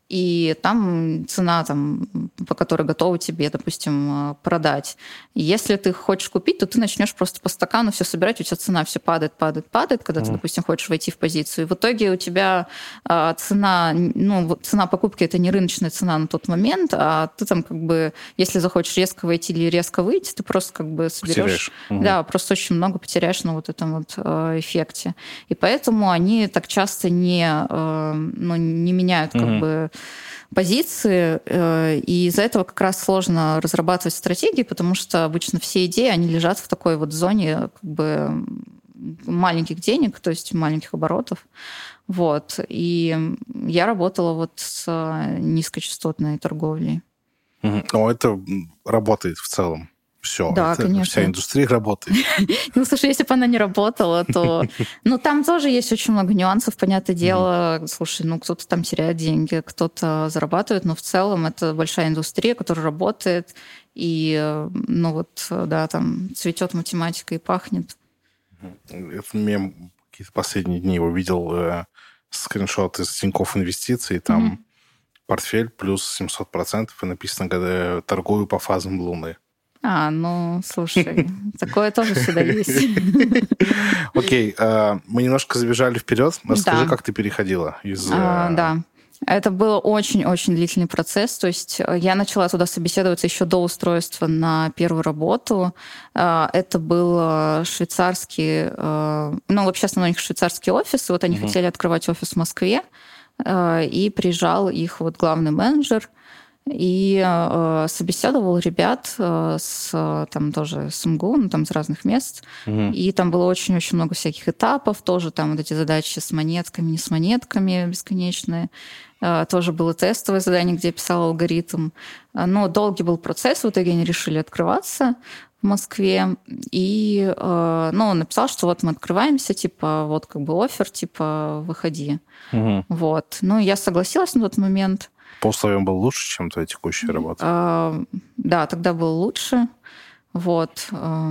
и там цена, там, по которой готовы тебе, допустим, продать. И если ты хочешь купить, то ты начнешь просто по стакану все собирать, у тебя цена все падает, падает, падает, когда mm. ты, допустим, хочешь войти в позицию. И в итоге у тебя а, цена, ну, цена покупки — это не рыночная цена на тот момент, а ты там как бы, если захочешь резко войти или резко выйти, ты просто как бы соберешь... Mm. Да, просто очень много потеряешь на вот этом вот э, эффекте. И поэтому они так часто не, э, ну, не меняют как mm. бы позиции, и из-за этого как раз сложно разрабатывать стратегии, потому что обычно все идеи, они лежат в такой вот зоне как бы маленьких денег, то есть маленьких оборотов. Вот. И я работала вот с низкочастотной торговлей. Но это работает в целом. Все, да, это, конечно. Вся индустрия работает. Ну, слушай, если бы она не работала, то... Ну, там тоже есть очень много нюансов, понятное дело. Слушай, ну, кто-то там теряет деньги, кто-то зарабатывает, но в целом это большая индустрия, которая работает, и, ну, вот, да, там цветет математика и пахнет. Это мем какие-то последние дни увидел, э, скриншот из Тинькофф Инвестиций, там mm-hmm. портфель плюс семьсот процентов, и написано, когда торгую по фазам Луны. А, ну, слушай, такое тоже всегда есть. Окей, мы немножко забежали вперед. Расскажи, как ты переходила из... Да. Это был очень-очень длительный процесс. То есть я начала туда собеседоваться еще до устройства на первую работу. Это был швейцарский, ну, вообще основной у них швейцарский офис. И вот они угу. хотели открывать офис в Москве. И приезжал их вот главный менеджер и э, собеседовал ребят э, с, там тоже с МГУ, ну, там с разных мест. Угу. И там было очень-очень много всяких этапов. Тоже там вот эти задачи с монетками, не с монетками бесконечные. Э, тоже было тестовое задание, где я писала алгоритм. Но долгий был процесс. В итоге они решили открываться в Москве. И э, ну, он написал, что вот мы открываемся, типа, вот как бы оффер, типа, выходи. Угу. Вот. Ну, я согласилась на тот момент. По условиям был лучше, чем твоя текущая работа? А, да, тогда был лучше. Вот.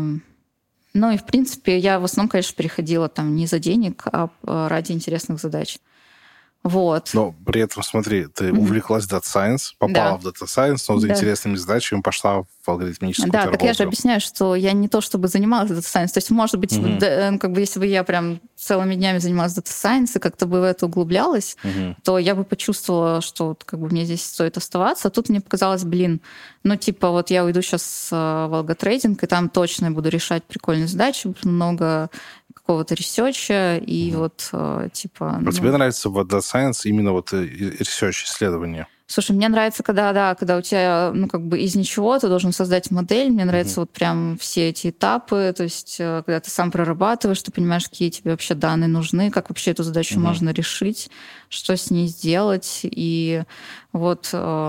Ну и, в принципе, я в основном, конечно, переходила там не за денег, а ради интересных задач. Вот. Но при этом, смотри, ты mm-hmm. увлеклась Data Science, попала да. в Data Science, но за да. интересными задачами пошла в алгоритмическую да, торговлю. Да, так я же объясняю, что я не то чтобы занималась Data Science. То есть, может быть, mm-hmm. да, как бы если бы я прям целыми днями занималась Data Science и как-то бы в это углублялась, mm-hmm. то я бы почувствовала, что как бы мне здесь стоит оставаться. А тут мне показалось, блин, ну типа вот я уйду сейчас в алготрейдинг, и там точно буду решать прикольные задачи, много какого-то ресерча, и mm-hmm. вот типа... А ну... тебе нравится в Data Science именно вот ресерч, исследование? Слушай, мне нравится, когда, да, когда у тебя, ну, как бы из ничего ты должен создать модель. Мне нравится mm-hmm. вот прям все эти этапы, то есть когда ты сам прорабатываешь, ты понимаешь, какие тебе вообще данные нужны, как вообще эту задачу mm-hmm. можно решить, что с ней сделать. И вот,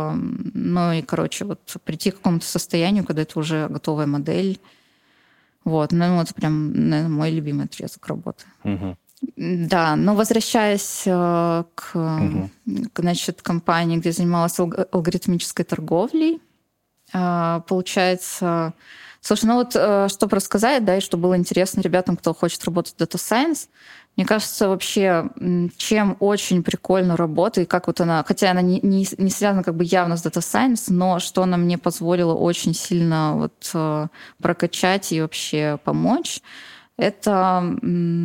ну, и, короче, вот прийти к какому-то состоянию, когда это уже готовая модель. Вот, ну, это прям, наверное, мой любимый отрезок работы. Mm-hmm. Да, но возвращаясь э, к, угу. к, значит, компании, где занималась алгоритмической торговлей, э, получается... Слушай, ну вот, э, чтобы рассказать, да, и что было интересно ребятам, кто хочет работать в Data Science, мне кажется, вообще, чем очень прикольно работа, и как вот она... Хотя она не, не, не связана как бы явно с Data Science, но что она мне позволила очень сильно вот, э, прокачать и вообще помочь, это...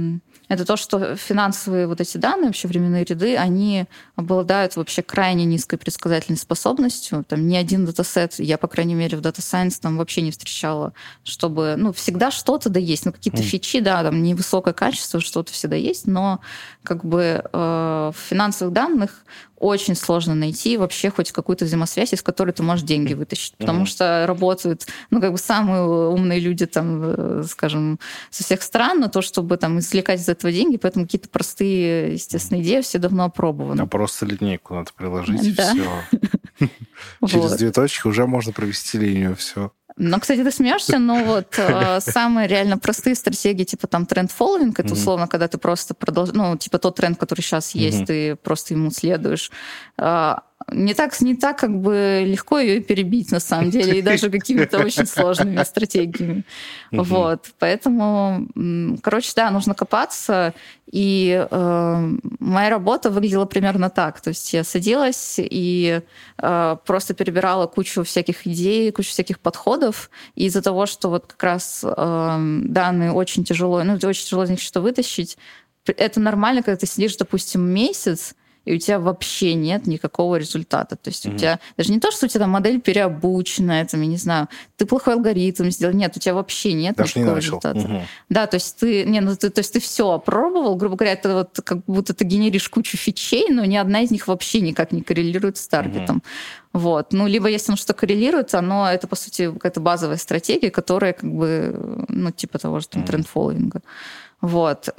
Это то, что финансовые вот эти данные, вообще временные ряды, они обладают вообще крайне низкой предсказательной способностью. Там ни один датасет, я, по крайней мере, в Data Science там вообще не встречала, чтобы... Ну, всегда что-то да есть. Ну, какие-то mm. фичи, да, там невысокое качество, что-то всегда есть, но как бы э, в финансовых данных очень сложно найти вообще хоть какую-то взаимосвязь, из которой ты можешь деньги вытащить. Потому mm-hmm. что работают, ну, как бы самые умные люди, там, скажем, со всех стран, на то, чтобы там извлекать из этого деньги, поэтому какие-то простые, естественно, идеи все давно опробованы. А просто линейку надо приложить, и да. все. Через две точки уже можно провести линию, все. Ну, кстати, ты смеешься, но вот э, самые реально простые стратегии, типа там тренд-фолловинг, это mm-hmm. условно, когда ты просто продолжаешь, ну, типа тот тренд, который сейчас mm-hmm. есть, ты просто ему следуешь. Э, не так, не так как бы легко ее перебить, на самом деле, и даже какими-то очень сложными стратегиями. Mm-hmm. Вот, поэтому, короче, да, нужно копаться, и э, моя работа выглядела примерно так. То есть я садилась и э, просто перебирала кучу всяких идей, кучу всяких подходов, и из-за того, что вот как раз э, данные очень тяжело, ну, очень тяжело из них что-то вытащить, это нормально, когда ты сидишь, допустим, месяц, и у тебя вообще нет никакого результата. То есть mm-hmm. у тебя даже не то, что у тебя там модель переобученная, там, я не знаю, ты плохой алгоритм сделал, нет, у тебя вообще нет даже никакого не результата. Mm-hmm. Да, то есть ты, не, ну, ты, то есть ты все опробовал, грубо говоря, это вот как будто ты генеришь кучу фичей, но ни одна из них вообще никак не коррелирует с таргетом. Mm-hmm. Вот. Ну, либо если он что коррелирует, оно, это, по сути, какая-то базовая стратегия, которая как бы, ну, типа того же там mm-hmm. тренд-фолловинга. Вот.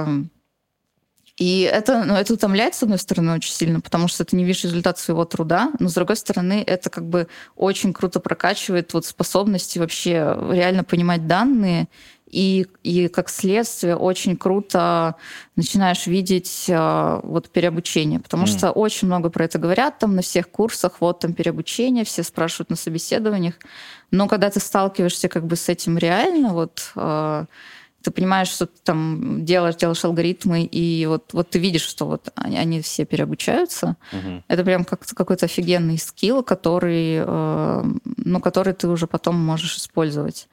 И это, ну, это утомляет, с одной стороны, очень сильно, потому что ты не видишь результат своего труда, но, с другой стороны, это как бы очень круто прокачивает вот способности вообще реально понимать данные, и, и как следствие очень круто начинаешь видеть а, вот переобучение, потому mm. что очень много про это говорят там на всех курсах, вот там переобучение, все спрашивают на собеседованиях, но когда ты сталкиваешься как бы с этим реально, вот... А, ты понимаешь, что ты там делаешь, делаешь алгоритмы, и вот, вот ты видишь, что вот они, они все переобучаются. Uh-huh. Это прям как какой-то офигенный скилл, который, э, ну, который ты уже потом можешь использовать.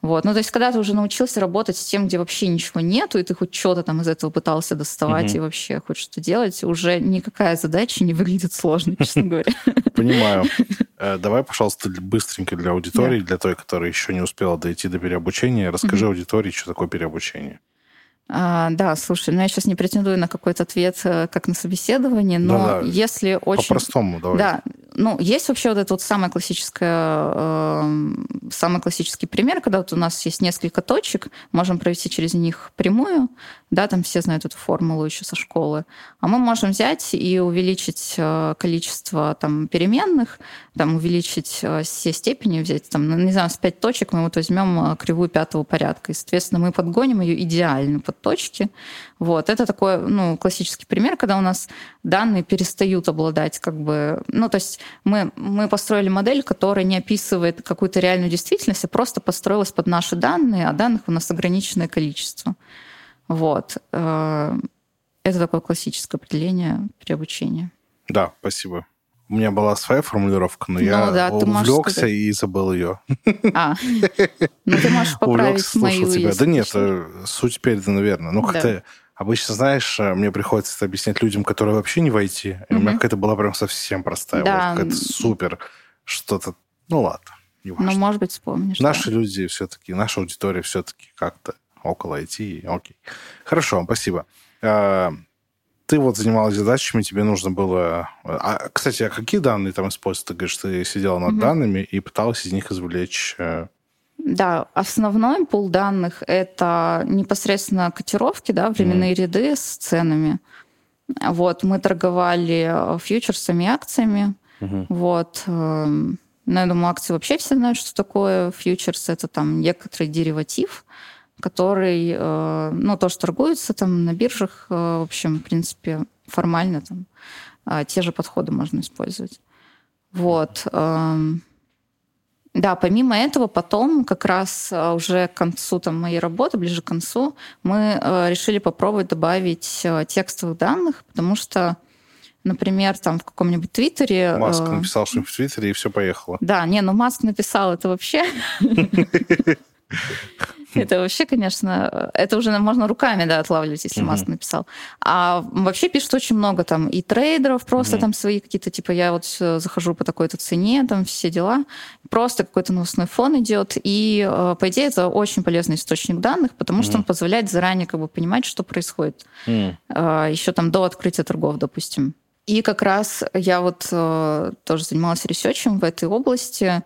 Вот. Ну, то есть, когда ты уже научился работать с тем, где вообще ничего нету, и ты хоть что-то там из этого пытался доставать угу. и вообще хоть что делать, уже никакая задача не выглядит сложной, честно говоря. Понимаю. Давай, пожалуйста, быстренько для аудитории, для той, которая еще не успела дойти до переобучения, расскажи аудитории, что такое переобучение. А, да, слушай, ну я сейчас не претендую на какой-то ответ, как на собеседовании, но да, да. если очень... По-простому, давай. Да, ну есть вообще вот это вот самое классическое, э, самый классический пример, когда вот у нас есть несколько точек, можем провести через них прямую, да, там все знают эту формулу еще со школы, а мы можем взять и увеличить количество там переменных, там увеличить все степени, взять там, не знаю, с пять точек мы вот возьмем кривую пятого порядка, и, соответственно, мы подгоним ее идеально под точки. Вот. Это такой, ну, классический пример, когда у нас данные перестают обладать как бы... Ну, то есть мы, мы построили модель, которая не описывает какую-то реальную действительность, а просто построилась под наши данные, а данных у нас ограниченное количество. Вот. Это такое классическое определение переобучения. Да, спасибо. У меня была своя формулировка, но ну, я да, увлекся и забыл ее. А, ну ты можешь поправить мою. Тебя. Да нет, суть передана верно. Ну, как-то обычно, знаешь, мне приходится это объяснять людям, которые вообще не в ай ти. И у меня какая-то была прям совсем простая. Да. Какая-то супер что-то... Ну, ладно, не важно. Ну, может быть, вспомнишь. Наши да. люди все-таки, наша аудитория все-таки как-то около ай ти. Окей. Хорошо, спасибо. Ты вот занималась задачами, тебе нужно было... А, кстати, а какие данные там используются? Ты говоришь, ты сидела над mm-hmm. данными и пыталась из них извлечь... Да, основной пул данных — это непосредственно котировки, да, временные mm-hmm. ряды с ценами. Вот, мы торговали фьючерсами и акциями. Mm-hmm. Вот. Ну, я думаю, акции вообще все знают, что такое фьючерс. Это там некоторый дериватив, который, ну, тоже торгуется там на биржах. В общем, в принципе, формально там те же подходы можно использовать. Вот. Да, помимо этого, потом как раз уже к концу там, моей работы, ближе к концу, мы решили попробовать добавить текстовых данных, потому что, например, там в каком-нибудь Твиттере... Маск написал что-нибудь в Твиттере, и все поехало. Да, не, ну Маск написал это вообще... Это вообще, конечно, это уже можно руками, да, отлавливать, если uh-huh. Маск написал. А вообще пишут очень много там и трейдеров, просто uh-huh. там свои какие-то, типа, я вот захожу по такой-то цене, там все дела. Просто какой-то новостной фон идет. И, по идее, это очень полезный источник данных, потому uh-huh. что он позволяет заранее как бы понимать, что происходит. Uh-huh. Еще там до открытия торгов, допустим. И как раз я вот тоже занималась ресерчем в этой области,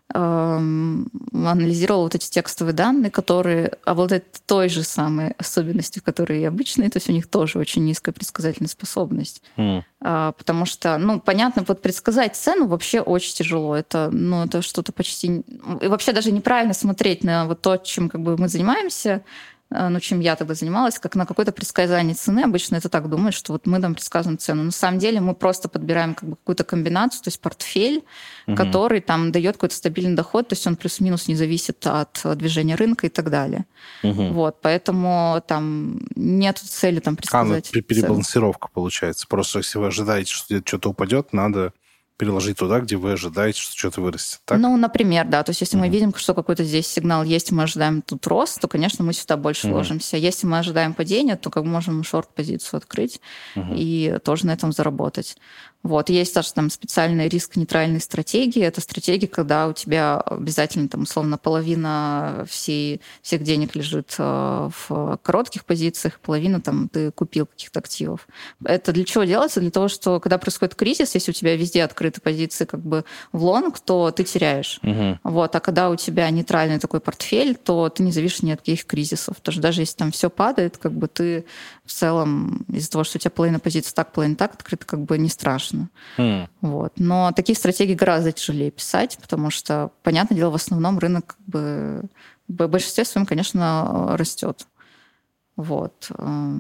анализировала вот эти текстовые данные, которые обладают той же самой особенностью, которые и обычные, то есть у них тоже очень низкая предсказательная способность. Mm. А, потому что, ну, понятно, вот предсказать цену вообще очень тяжело. Это, ну, это что-то почти... И вообще даже неправильно смотреть на вот то, чем как бы мы занимаемся, ну, чем я тогда занималась, как на какое-то предсказание цены. Обычно это так думают, что вот мы там предсказываем цену. На самом деле мы просто подбираем как бы какую-то комбинацию, то есть портфель, угу. который там дает какой-то стабильный доход, то есть он плюс-минус не зависит от движения рынка и так далее. Угу. Вот, поэтому там нет цели там предсказать. А, ну, перебалансировка цену. Получается. Просто если вы ожидаете, что где-то что-то упадет, надо... переложить туда, где вы ожидаете, что что-то вырастет, так? Ну, например, да. То есть если uh-huh. мы видим, что какой-то здесь сигнал есть, мы ожидаем тут рост, то, конечно, мы сюда больше uh-huh. ложимся. Если мы ожидаем падения, то как бы можем шорт-позицию открыть uh-huh. и тоже на этом заработать. Вот. Есть даже там специальные риск-нейтральные стратегии. Это стратегии, когда у тебя обязательно, там, условно, половина всей, всех денег лежит в коротких позициях, половина там ты купил каких-то активов. Это для чего делается? Для того, что когда происходит кризис, если у тебя везде открыты позиции как бы в лонг, то ты теряешь. Угу. Вот. А когда у тебя нейтральный такой портфель, то ты не зависишь ни от каких кризисов. Потому что даже если там все падает, как бы ты в целом из-за того, что у тебя половина позиций так, половина так открыта, как бы не страшно. Mm. Вот. Но такие стратегии гораздо тяжелее писать, потому что, понятное дело, в основном рынок как бы, в большинстве своем, конечно, растет. Вот.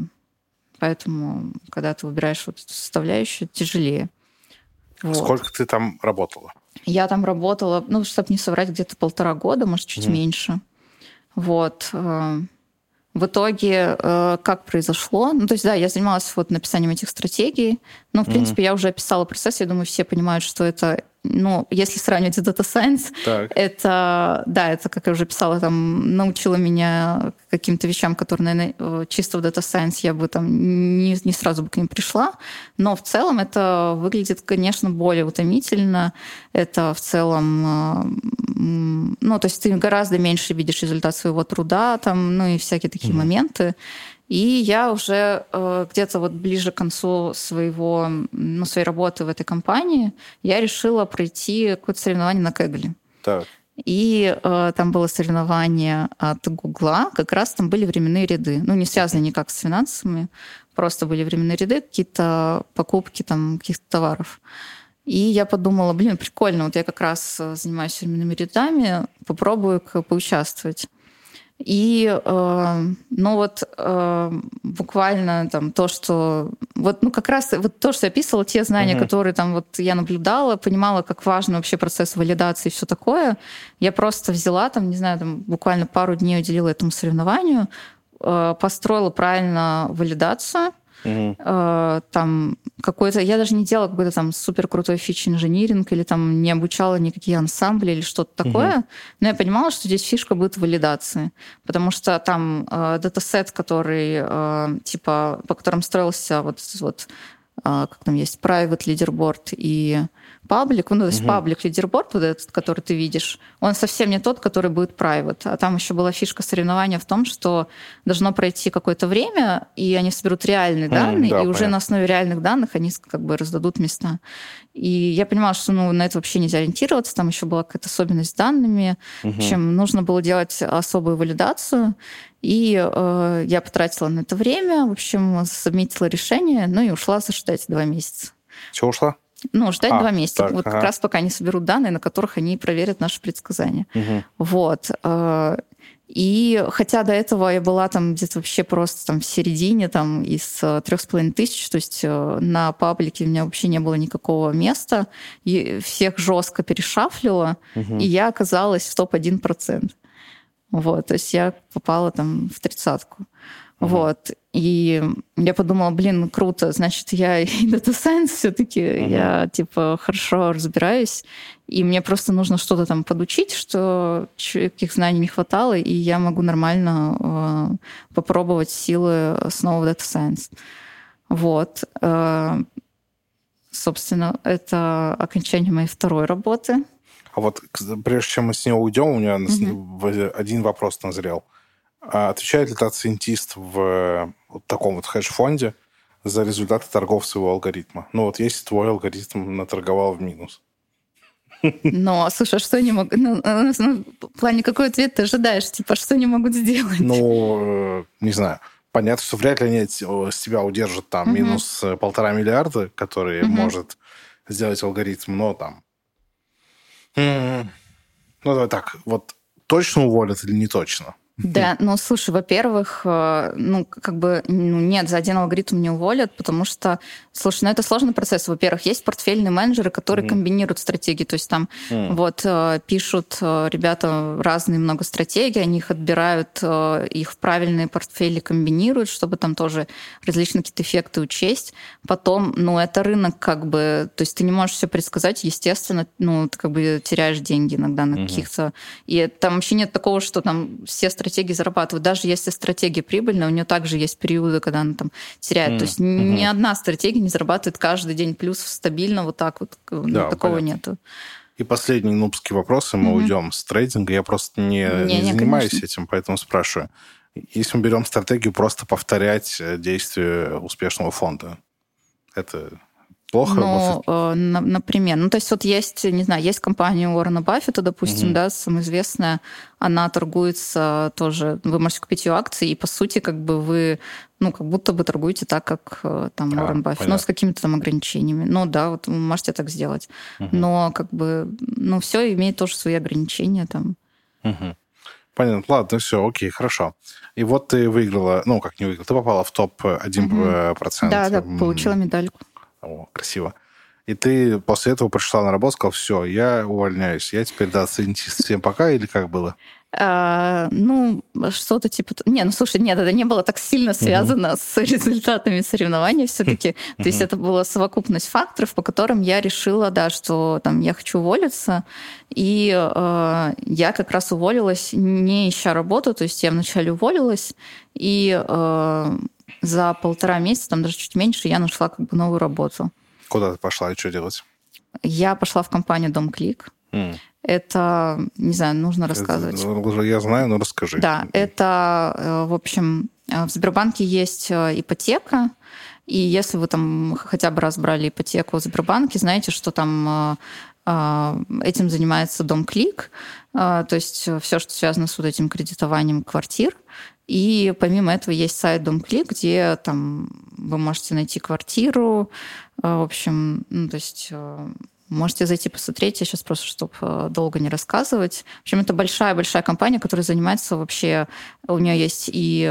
Поэтому, когда ты выбираешь вот эту составляющую, тяжелее. Вот. Сколько ты там работала? Я там работала, ну, чтобы не соврать, где-то полтора года, может, чуть mm. меньше. Вот. В итоге, как произошло? Ну, то есть, да, я занималась вот написанием этих стратегий, но, в mm-hmm. принципе, я уже описала процесс, я думаю, все понимают, что это ну, если сравнивать с Data Science, так. это, да, это, как я уже писала, там, научило меня каким-то вещам, которые, наверное, чисто в Data Science я бы там не, не сразу бы к ним пришла. Но в целом это выглядит, конечно, более утомительно. Это в целом, ну, то есть ты гораздо меньше видишь результат своего труда, там, ну, и всякие такие mm-hmm. моменты. И я уже э, где-то вот ближе к концу своего, ну, своей работы в этой компании я решила пройти какое-то соревнование на Кэгле. Так. И э, там было соревнование от Гугла, как раз там были временные ряды. Ну, не связанные никак с финансами, просто были временные ряды, какие-то покупки там каких-то товаров. И я подумала, блин, прикольно, вот я как раз занимаюсь временными рядами, попробую-ка поучаствовать. И, э, ну вот, э, буквально там то, что... Вот, ну как раз вот то, что я описывала, те знания, uh-huh. которые там вот я наблюдала, понимала, как важен вообще процесс валидации и все такое, я просто взяла там, не знаю, там буквально пару дней уделила этому соревнованию, э, построила правильно валидацию, Uh-huh. э, там какой-то... Я даже не делала какой-то там супер крутой фич-инжиниринг или там не обучала никакие ансамбли или что-то такое, Uh-huh. но я понимала, что здесь фишка будет в валидации, потому что там э, датасет, который, э, типа, по которым строился вот, вот э, как там есть private leaderboard и public, ну, то есть uh-huh. public leaderboard, вот этот, который ты видишь, он совсем не тот, который будет private. А там еще была фишка соревнования в том, что должно пройти какое-то время, и они соберут реальные mm, данные, да, и понятно. Уже на основе реальных данных они как бы раздадут места. И я понимала, что ну, на это вообще нельзя ориентироваться, там еще была какая-то особенность с данными, uh-huh. в общем, нужно было делать особую валидацию, и э, я потратила на это время, в общем, сабмитила решение, ну и ушла ждать два месяца. Чего ушла? Ну, ждать а, два месяца. Так, вот ага. как раз пока не соберут данные, на которых они проверят наши предсказания. Угу. Вот. И хотя до этого я была там где-то вообще просто там в середине там из трех с половиной тысяч, то есть на паблике у меня вообще не было никакого места, и всех жестко перешафлила, угу. и я оказалась в топ один процент. Вот, то есть я попала там в тридцатку. Uh-huh. Вот. И я подумала, блин, круто, значит, я и Data Science все-таки, uh-huh. я, типа, хорошо разбираюсь, и мне просто нужно что-то там подучить, что каких знаний не хватало, и я могу нормально э, попробовать силы снова в Data Science. Вот. Э, собственно, это окончание моей второй работы. А вот прежде чем мы с нее уйдем, у меня uh-huh. один вопрос назрел. Отвечает ли дата-сайентист в вот таком вот хедж-фонде за результаты торгов своего алгоритма? Ну вот если твой алгоритм наторговал в минус. Ну, слушай, а что они могут... Ну, ну, в плане, какой ответ ты ожидаешь? Типа, что они могут сделать? Ну, не знаю. Понятно, что вряд ли они с тебя удержат там uh-huh. минус полтора миллиарда, которые uh-huh. может сделать алгоритм, но там... Ну, давай так, вот точно уволят или не точно? Да, ну, слушай, во-первых, ну, как бы, ну, нет, за один алгоритм не уволят, потому что, слушай, ну, это сложный процесс. Во-первых, есть портфельные менеджеры, которые mm. комбинируют стратегии, то есть там mm. вот пишут ребята разные много стратегий, они их отбирают, их в правильные портфели комбинируют, чтобы там тоже различные какие-то эффекты учесть. Потом, ну, это рынок как бы, то есть ты не можешь все предсказать, естественно, ну, ты как бы теряешь деньги иногда на mm-hmm. каких-то... И там вообще нет такого, что там все стратегии стратегии зарабатывают. Даже если стратегия прибыльная, у нее также есть периоды, когда она там теряет. Mm-hmm. То есть mm-hmm. ни одна стратегия не зарабатывает каждый день плюс стабильно, вот так вот. Да, такого понятно. Нету. И последний нубский вопрос, и мы mm-hmm. уйдем с трейдинга. Я просто не, не, не занимаюсь конечно. Этим, поэтому спрашиваю. Если мы берем стратегию просто повторять действия успешного фонда, это... Плохо ну, работает? Э, на, например. Ну, то есть вот есть, не знаю, есть компания Уоррена Баффета, допустим, угу. да, самая известная, она торгуется тоже, вы можете купить ее акции, и, по сути, как бы вы, ну, как будто бы торгуете так, как там а, Уоррен Баффет, ну, с какими-то там ограничениями. Ну, да, вот вы можете так сделать. Угу. Но, как бы, ну, все имеет тоже свои ограничения там. Угу. Понятно. Ладно, все, окей, хорошо. И вот ты выиграла, ну, как не выиграла, ты попала в топ один процент. Угу. Да, да, получила медальку. О, красиво. И ты после этого пришла на работу, сказала, все, я увольняюсь, я теперь дата-сайентист. Всем пока или как было? А, ну, что-то типа... Не, ну, слушай, нет, это не было так сильно связано uh-huh. с результатами соревнований все-таки. Uh-huh. То есть это была совокупность факторов, по которым я решила, да, что там я хочу уволиться. И э, я как раз уволилась, не ища работу. То есть я вначале уволилась, и э, за полтора месяца, там даже чуть меньше, я нашла как бы новую работу. Куда ты пошла и что делать? Я пошла в компанию «Домклик». Mm. Это, не знаю, нужно рассказывать. Это, я знаю, но расскажи. Да, это, в общем, в Сбербанке есть ипотека, и если вы там хотя бы раз брали ипотеку в Сбербанке, знаете, что там этим занимается «Домклик», то есть все, что связано с вот этим кредитованием квартир. И помимо этого есть сайт «Домклик», где там вы можете найти квартиру, в общем, ну, то есть... Можете зайти посмотреть, я сейчас просто, чтобы долго не рассказывать. В общем, это большая-большая компания, которая занимается вообще... У нее есть и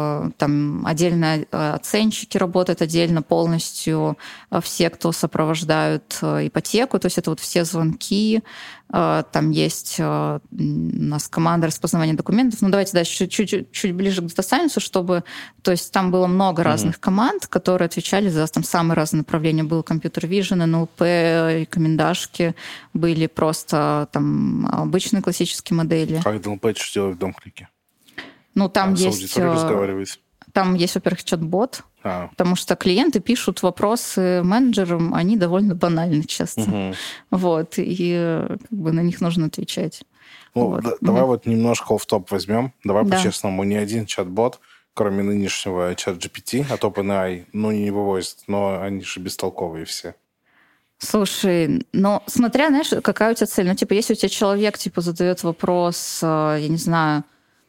там отдельно оценщики работают, отдельно полностью все, кто сопровождают ипотеку, то есть это вот все звонки, там есть у нас команда распознавания документов. Ну, давайте дальше чуть-чуть чуть ближе к Data Science, чтобы... То есть там было много разных mm-hmm. команд, которые отвечали за там самые разные направления. Был компьютер вижн, эн эл пи, рекомендашки, были просто там обычные классические модели. Как эн эл пи что делать в Домклике? Ну, там а, есть... разговаривать. Там есть, во-первых, чат-бот, а. потому что клиенты пишут вопросы менеджерам, они довольно банальны часто. Угу. Вот, и как бы на них нужно отвечать. Ну, вот. да, давай угу. вот немножко офф-топ возьмем. Давай да. по-честному, ни один чат-бот, кроме нынешнего чат джи пи ти от OpenAI, ну, не вывозит, но они же бестолковые все. Слушай, ну, смотря, знаешь, какая у тебя цель. Ну, типа, если у тебя человек, типа, задает вопрос, я не знаю,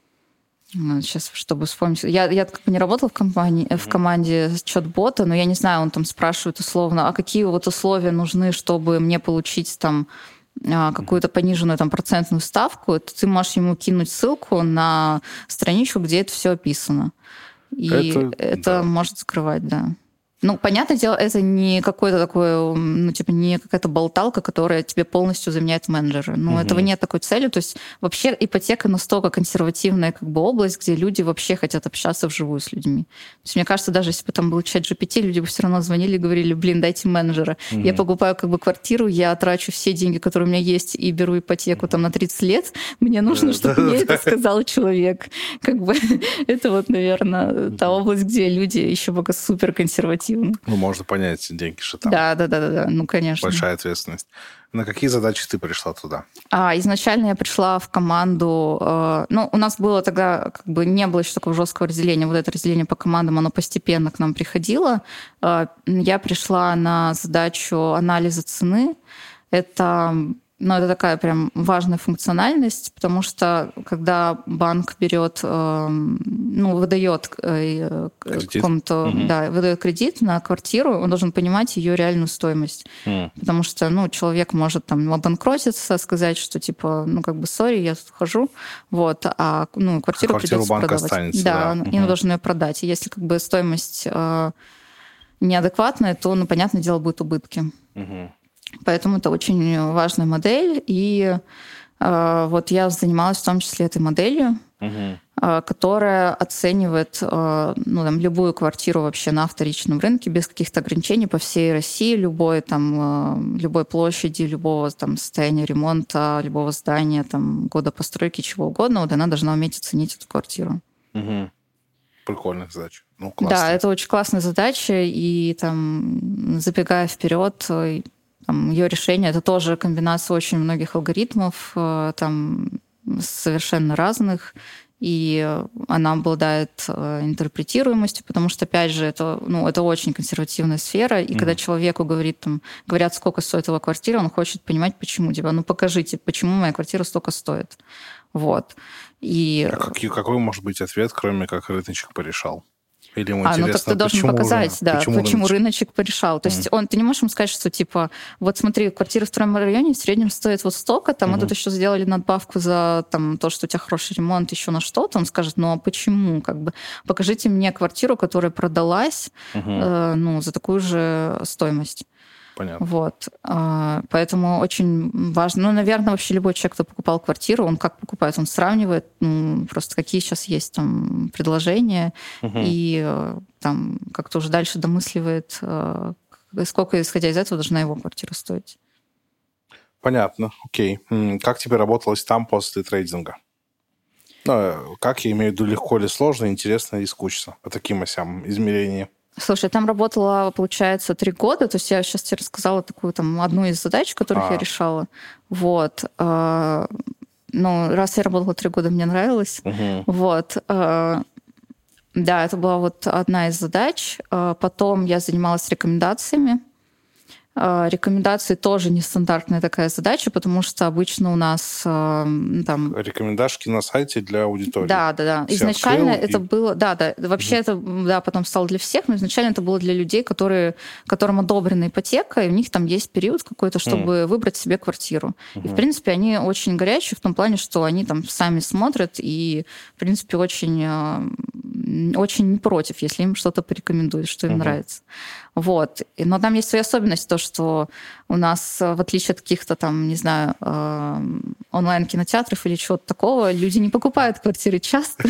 сейчас, чтобы вспомнить. Я, я как бы не работала в, компании, mm-hmm. в команде чат-бота, но я не знаю, он там спрашивает условно, а какие вот условия нужны, чтобы мне получить там какую-то пониженную там процентную ставку, то ты можешь ему кинуть ссылку на страничку, где это все описано. И это, это да. может скрывать, да. Ну, понятное дело, это не какой-то такой, ну, типа, не какая-то болталка, которая тебе полностью заменяет менеджера. Ну, угу. этого нет такой цели. То есть вообще ипотека настолько консервативная как бы область, где люди вообще хотят общаться вживую с людьми. То есть мне кажется, даже если бы там был чат джи пи ти, люди бы все равно звонили и говорили, блин, дайте менеджера. Угу. Я покупаю как бы квартиру, я трачу все деньги, которые у меня есть, и беру ипотеку там на тридцать лет. Мне нужно, чтобы мне это сказал человек. Как бы это вот, наверное, та область, где люди еще пока супер консервативны. Ну, можно понять, деньги же там. Да, да, да, да, да, ну, конечно. Большая ответственность. На какие задачи ты пришла туда? А, изначально я пришла в команду... Э, ну, у нас было тогда, как бы, не было еще такого жесткого разделения. Вот это разделение по командам, оно постепенно к нам приходило. Э, я пришла на задачу анализа цены. Это... Но это такая прям важная функциональность, потому что когда банк берет, ну, выдает какому-то, угу. да, выдает кредит на квартиру, он должен понимать ее реальную стоимость. Mm. Потому что, ну, человек может там обанкротиться, сказать, что типа, ну, как бы, сори, я тут хожу, вот, а, ну, квартиру, квартиру придется банка продавать. Останется, да, да. им угу. должны ее продать. И если как бы стоимость э, неадекватная, то, ну, понятное дело, будут убытки. Угу. Поэтому это очень важная модель. И э, вот я занималась в том числе этой моделью, uh-huh. э, которая оценивает э, ну, там, любую квартиру вообще на вторичном рынке без каких-то ограничений по всей России, любой, там, э, любой площади, любого там, состояния ремонта, любого здания, там, года постройки, чего угодно. Вот она должна уметь оценить эту квартиру. Uh-huh. Прикольная задача. Ну, классно. Да, это очень классная задача. И там, забегая вперед, там, ее решение — это тоже комбинация очень многих алгоритмов, там, совершенно разных, и она обладает интерпретируемостью, потому что, опять же, это, ну, это очень консервативная сфера, и mm-hmm. когда человеку говорит, там, говорят, сколько стоит его квартира, он хочет понимать, почему. Типа, ну, покажите, почему моя квартира столько стоит. Вот. И... А какой, какой может быть ответ, кроме как рыночек порешал? Или ему а, ну так ты должен показать, уже, да, почему, почему рыночек? рыночек порешал. То mm. есть он, ты не можешь ему сказать, что типа, вот смотри, квартира в втором районе в среднем стоит вот столько, там, mm-hmm. а тут еще сделали надбавку за там, то, что у тебя хороший ремонт, еще на что-то. Он скажет, ну а почему? Как бы покажите мне квартиру, которая продалась mm-hmm. э, ну, за такую же стоимость. Понятно. Вот. Поэтому очень важно. Ну, наверное, вообще любой человек, кто покупал квартиру, он как покупает? Он сравнивает, ну, просто какие сейчас есть там предложения, угу. и там как-то уже дальше домысливает, сколько, исходя из этого, должна его квартира стоить. Понятно. Окей. Как тебе работалось там после трейдинга? Ну, как я имею в виду, легко или сложно, интересно и скучно по таким осям измерений? Слушай, я там работала, получается, три года. То есть я сейчас тебе рассказала такую там одну из задач, которых а. я решала. Вот. Ну, раз я работала три года, мне нравилось. Угу. Вот. Да, это была вот одна из задач. Потом я занималась рекомендациями. Рекомендации тоже нестандартная такая задача, потому что обычно у нас там... Рекомендашки на сайте для аудитории. Да, да, да. Все изначально это и... было... Да, да. Вообще угу. это да, потом стало для всех, но изначально это было для людей, которые, которым одобрена ипотека, и у них там есть период какой-то, чтобы угу. выбрать себе квартиру. Угу. И, в принципе, они очень горячие в том плане, что они там сами смотрят и, в принципе, очень, очень не против, если им что-то порекомендуют, что им угу. нравится. Вот. Но там есть свои особенности, то, что у нас, в отличие от каких-то там, не знаю, онлайн-кинотеатров или чего-то такого, люди не покупают квартиры часто.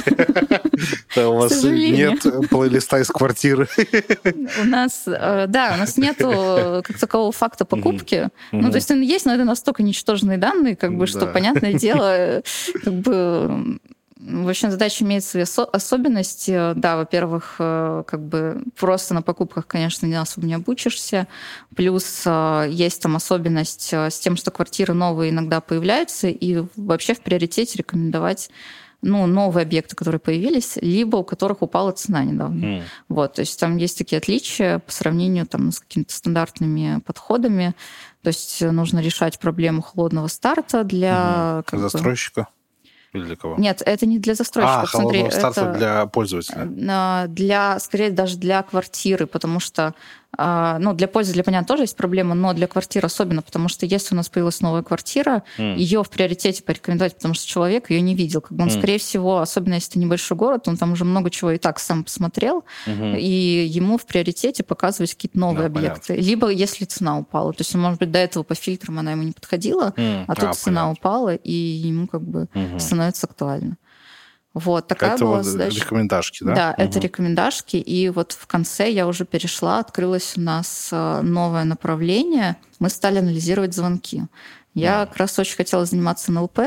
У вас нет плейлиста из квартиры. У нас, да, у нас нету как такового факта покупки. Ну, то есть он есть, но это настолько ничтожные данные, как бы, что, понятное дело, как бы... В общем, задача имеет свои особенности. Да, во-первых, как бы просто на покупках, конечно, не особо не обучишься. Плюс есть там особенность с тем, что квартиры новые иногда появляются, и вообще в приоритете рекомендовать ну, новые объекты, которые появились, либо у которых упала цена недавно. Mm. Вот, то есть там есть такие отличия по сравнению там, с какими-то стандартными подходами. То есть нужно решать проблему холодного старта для... Mm. Как застройщика? Бы, или для кого? Нет, это не для застройщиков. А, холодного старта для пользователя. Для, скорее, даже для квартиры, потому что ну, для пользователя, понятно, тоже есть проблема, но для квартир особенно, потому что если у нас появилась новая квартира, mm. ее в приоритете порекомендовать, потому что человек ее не видел. Как бы он, mm. скорее всего, особенно если это небольшой город, он там уже много чего и так сам посмотрел, mm-hmm. и ему в приоритете показывать какие-то новые да, объекты. Понятно. Либо если цена упала. То есть, может быть, до этого по фильтрам она ему не подходила, mm. а тут а, цена понятно. Упала, и ему как бы mm-hmm. становится актуально. Вот, такая это была вот задача. Рекомендашки, да? Да, угу. это рекомендашки. И вот в конце я уже перешла, открылось у нас новое направление. Мы стали анализировать звонки. Я mm. как раз очень хотела заниматься эн эл пэ,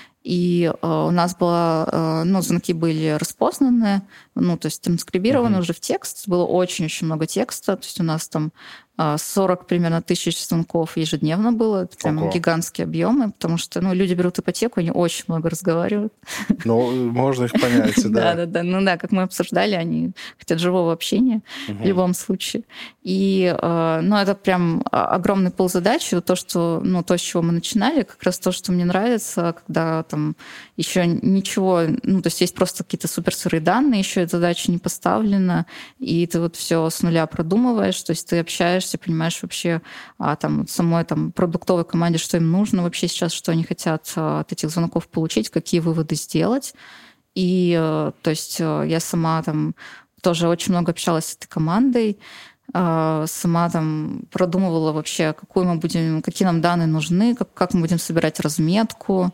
и э, у нас было, э, ну, звонки были распознаны, ну, то есть транскрибированы mm-hmm. уже в текст. Было очень-очень много текста. То есть у нас там сорок примерно тысяч звонков ежедневно было. Это прям Ого. Гигантские объемы, потому что ну, люди берут ипотеку, они очень много разговаривают. Ну, можно их понять, да. Да-да-да. Ну да, как мы обсуждали, они хотят живого общения в любом случае. И, ну, это прям огромный пул задач. То, что, ну, то, с чего мы начинали, как раз то, что мне нравится, когда там еще ничего, ну, то есть есть просто какие-то суперсырые данные, еще эта задача не поставлена, и ты вот все с нуля продумываешь, то есть ты общаешься, понимаешь вообще а, там, самой там, продуктовой команде, что им нужно вообще сейчас, что они хотят а, от этих звонков получить, какие выводы сделать. И а, то есть я сама там тоже очень много общалась с этой командой, а, сама там продумывала вообще, какую мы будем, какие нам данные нужны, как, как мы будем собирать разметку,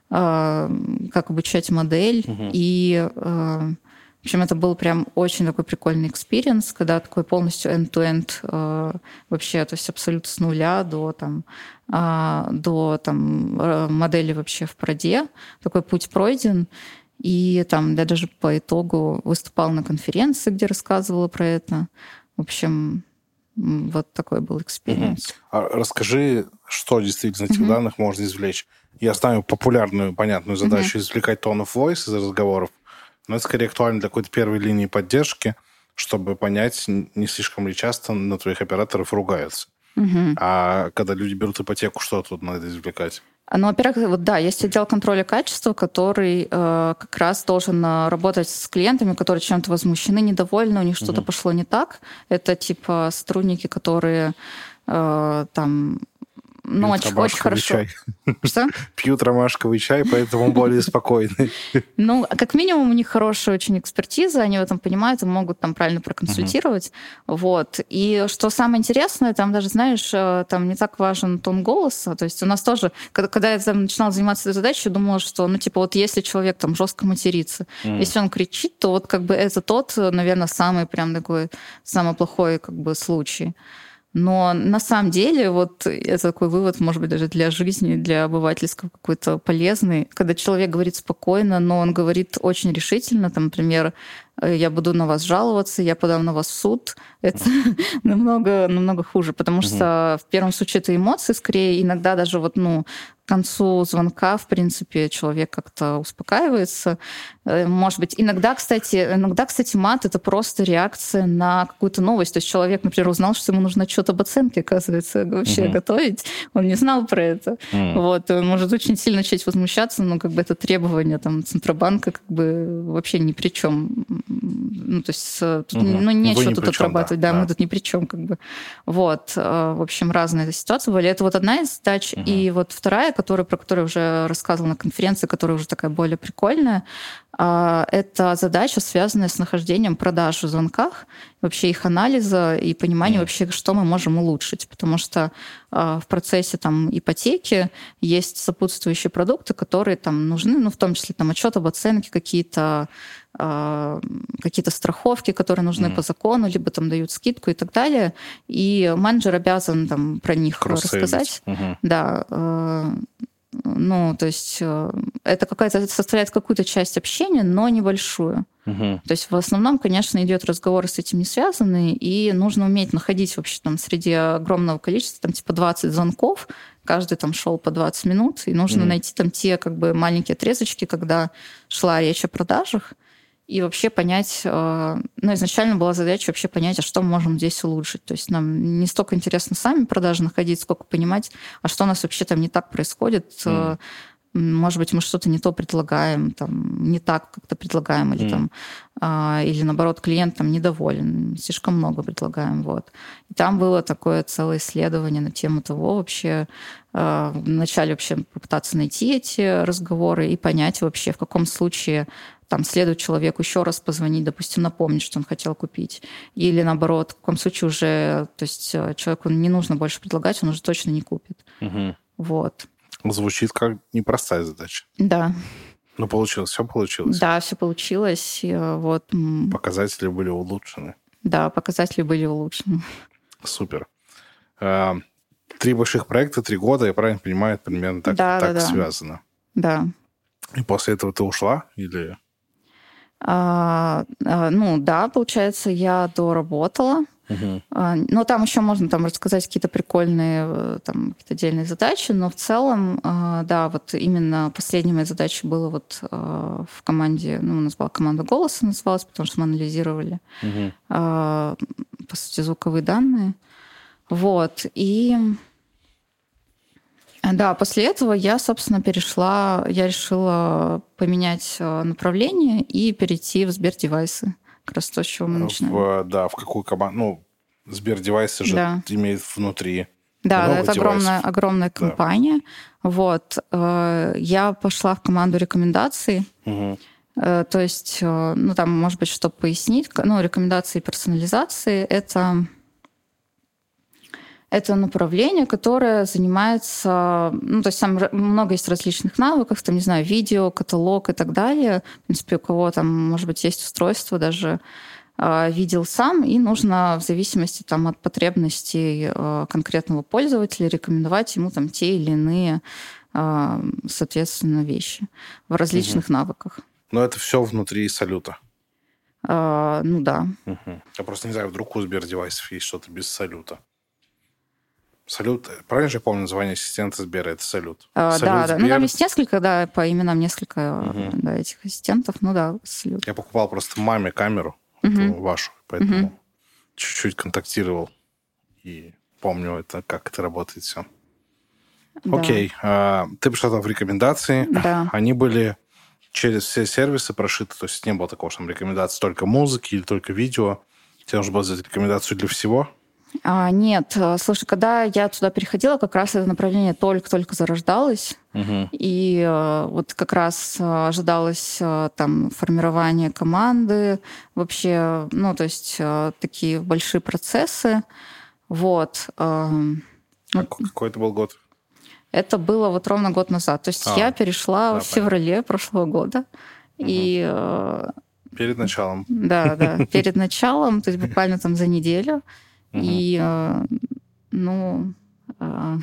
а, как обучать модель. Угу. И а, в общем, это был прям очень такой прикольный экспириенс, когда такой полностью end-to-end э, вообще, то есть абсолютно с нуля до, там, э, до там, модели вообще в проде. Такой путь пройден. И там я даже по итогу выступала на конференции, где рассказывала про это. В общем, вот такой был экспириенс. Угу. А расскажи, что действительно из этих угу. данных можно извлечь. Я знаю популярную, понятную задачу угу. извлекать tone of voice из разговоров. Но это скорее актуально для какой-то первой линии поддержки, чтобы понять, не слишком ли часто на твоих операторов ругаются. Угу. А когда люди берут ипотеку, что тут надо извлекать? Ну, во-первых, вот да, есть отдел контроля качества, который э, как раз должен работать с клиентами, которые чем-то возмущены, недовольны, у них что-то угу. пошло не так. Это типа сотрудники, которые э, там... Ну, Пьют очень, очень хорошо. чай. Что? Пьют ромашковый чай, поэтому более спокойны. Ну, как минимум, у них хорошая очень экспертиза, они в этом понимают и могут там правильно проконсультировать. Uh-huh. Вот. И что самое интересное, там даже, знаешь, там не так важен тон голоса. То есть у нас тоже, когда, когда я там начинала заниматься этой задачей, я думала, что, ну, типа, вот если человек там жестко матерится, uh-huh. если он кричит, то вот как бы это тот, наверное, самый прям такой, самый плохой как бы случай. Но на самом деле вот это такой вывод, может быть, даже для жизни, для обывательского какой-то полезный. Когда человек говорит спокойно, но он говорит очень решительно, там, например, я буду на вас жаловаться, я подам на вас в суд, это намного, намного хуже, потому что в первом случае это эмоции скорее, иногда даже вот, ну, к концу звонка, в принципе, человек как-то успокаивается. Может быть, иногда, кстати, иногда, кстати, мат — это просто реакция на какую-то новость. То есть человек, например, узнал, что ему нужно отчет об оценке, оказывается, вообще uh-huh. готовить. Он не знал про это. Uh-huh. Вот. Он может очень сильно начать возмущаться, но как бы это требование там, Центробанка как бы вообще ни при чем. Ну, то есть тут, uh-huh. ну, нечего тут отрабатывать. Да, да, да, мы тут ни при чем. Как бы. Вот. В общем, разные ситуации были. Это вот одна из задач. Uh-huh. И вот вторая, которая, про которую уже рассказывала на конференции, которая уже такая более прикольная, это задача, связанная с нахождением продаж в звонках, вообще их анализа и понимания mm. вообще, что мы можем улучшить. Потому что в процессе там, ипотеки есть сопутствующие продукты, которые там нужны, ну, в том числе там, отчет об оценке, какие-то, какие-то страховки, которые нужны mm. по закону, либо там дают скидку и так далее. И менеджер обязан там, про них рассказать. Mm-hmm. Да. Ну, то есть это какая-то составляет какую-то часть общения, но небольшую. Uh-huh. То есть в основном, конечно, идет разговор с этим не связанный, и нужно уметь находить вообще там среди огромного количества, там типа двадцать звонков, каждый там шел по двадцать минут, и нужно uh-huh. найти там те как бы маленькие отрезочки, когда шла речь о продажах, и вообще понять, ну, изначально была задача вообще понять, а что мы можем здесь улучшить. То есть нам не столько интересно сами продажи находить, сколько понимать, а что у нас вообще там не так происходит. Mm. Может быть, мы что-то не то предлагаем, там, не так как-то предлагаем, или, mm. там, или наоборот, клиент там недоволен, слишком много предлагаем. Вот. И там было такое целое исследование на тему того вообще, вначале вообще попытаться найти эти разговоры и понять вообще, в каком случае там следует человеку еще раз позвонить, допустим, напомнить, что он хотел купить. Или наоборот, в каком случае уже, то есть человеку не нужно больше предлагать, он уже точно не купит. Угу. Вот. Звучит как непростая задача. Да. Но получилось, все получилось? Да, все получилось. Вот. Показатели были улучшены? Да, показатели были улучшены. Супер. Три больших проекта, три года, я правильно понимаю, примерно так, да, так да, связано. Да. И после этого ты ушла или... А, а, ну да, получается, я доработала. Uh-huh. А, но там еще можно там рассказать какие-то прикольные там, какие-то отдельные задачи, но в целом, а, да, вот именно последняя моя задача была вот а, в команде, ну, у нас была команда голоса называлась, потому что мы анализировали, uh-huh. а, по сути, звуковые данные. Вот, и... Да, после этого я, собственно, перешла, я решила поменять направление и перейти в Сбердевайсы. Как раз то, с чего мы начинаем. В, да, в какую команду? Ну, Сбердевайсы же да. имеет внутри Да, да это огромная, огромная компания. Да. Вот. Я пошла в команду рекомендаций. Угу. То есть, ну, там, может быть, чтобы пояснить, ну, рекомендации и персонализации – это... Это направление, которое занимается... Ну, то есть там много есть различных навыков, там, не знаю, видео, каталог и так далее. В принципе, у кого там, может быть, есть устройство, даже э, видел сам, и нужно в зависимости там, от потребностей э, конкретного пользователя рекомендовать ему там те или иные, э, соответственно, вещи в различных угу. навыках. Но это все внутри салюта? Э, ну, да. Угу. Я просто не знаю, вдруг у Сбердевайсов есть что-то без салюта. Салют, правильно же я помню название ассистента Сбера? Это Салют. А, салют да, Сбер. да. Ну, там есть несколько, да, по именам несколько угу. да, этих ассистентов. Ну да, Салют. Я покупал просто маме камеру, угу. эту вашу, поэтому угу. чуть-чуть контактировал. И помню, это, как это работает все. Да. Окей. А, ты пришла там в рекомендации. Да. Они были через все сервисы прошиты. То есть не было такого, что там рекомендации только музыки или только видео. Тебе нужно было сделать рекомендацию для всего? А, нет, слушай, когда я туда переходила, как раз это направление только-только зарождалось. Угу. И э, вот как раз э, ожидалось э, там формирование команды, вообще, ну, то есть э, такие большие процессы. Вот. Э, А какой это был год? Это было вот ровно год назад. То есть а, я перешла да, в феврале понятно. прошлого года. Угу. И... Э, перед началом. Да, да, перед началом, то есть буквально там за неделю. И, э, ну... Э,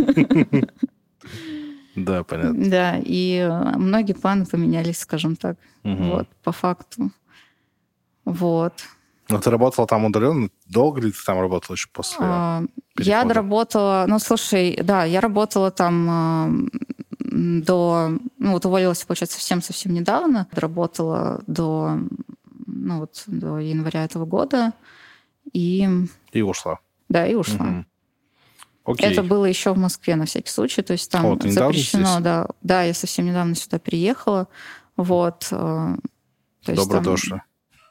Да, понятно. Да, и многие планы поменялись, скажем так, вот, по факту. Вот. Но ты работала там удаленно? Долго ли ты там работала еще после а, Я доработала... Ну, слушай, да, я работала там до... Ну, вот уволилась, получается, совсем-совсем недавно. Доработала до, ну, вот, до января этого года. И... И ушла. Да, и ушла. Угу. Окей. Это было еще в Москве на всякий случай, то есть там О, запрещено, да, да, я совсем недавно сюда приехала, вот. Добро дошли.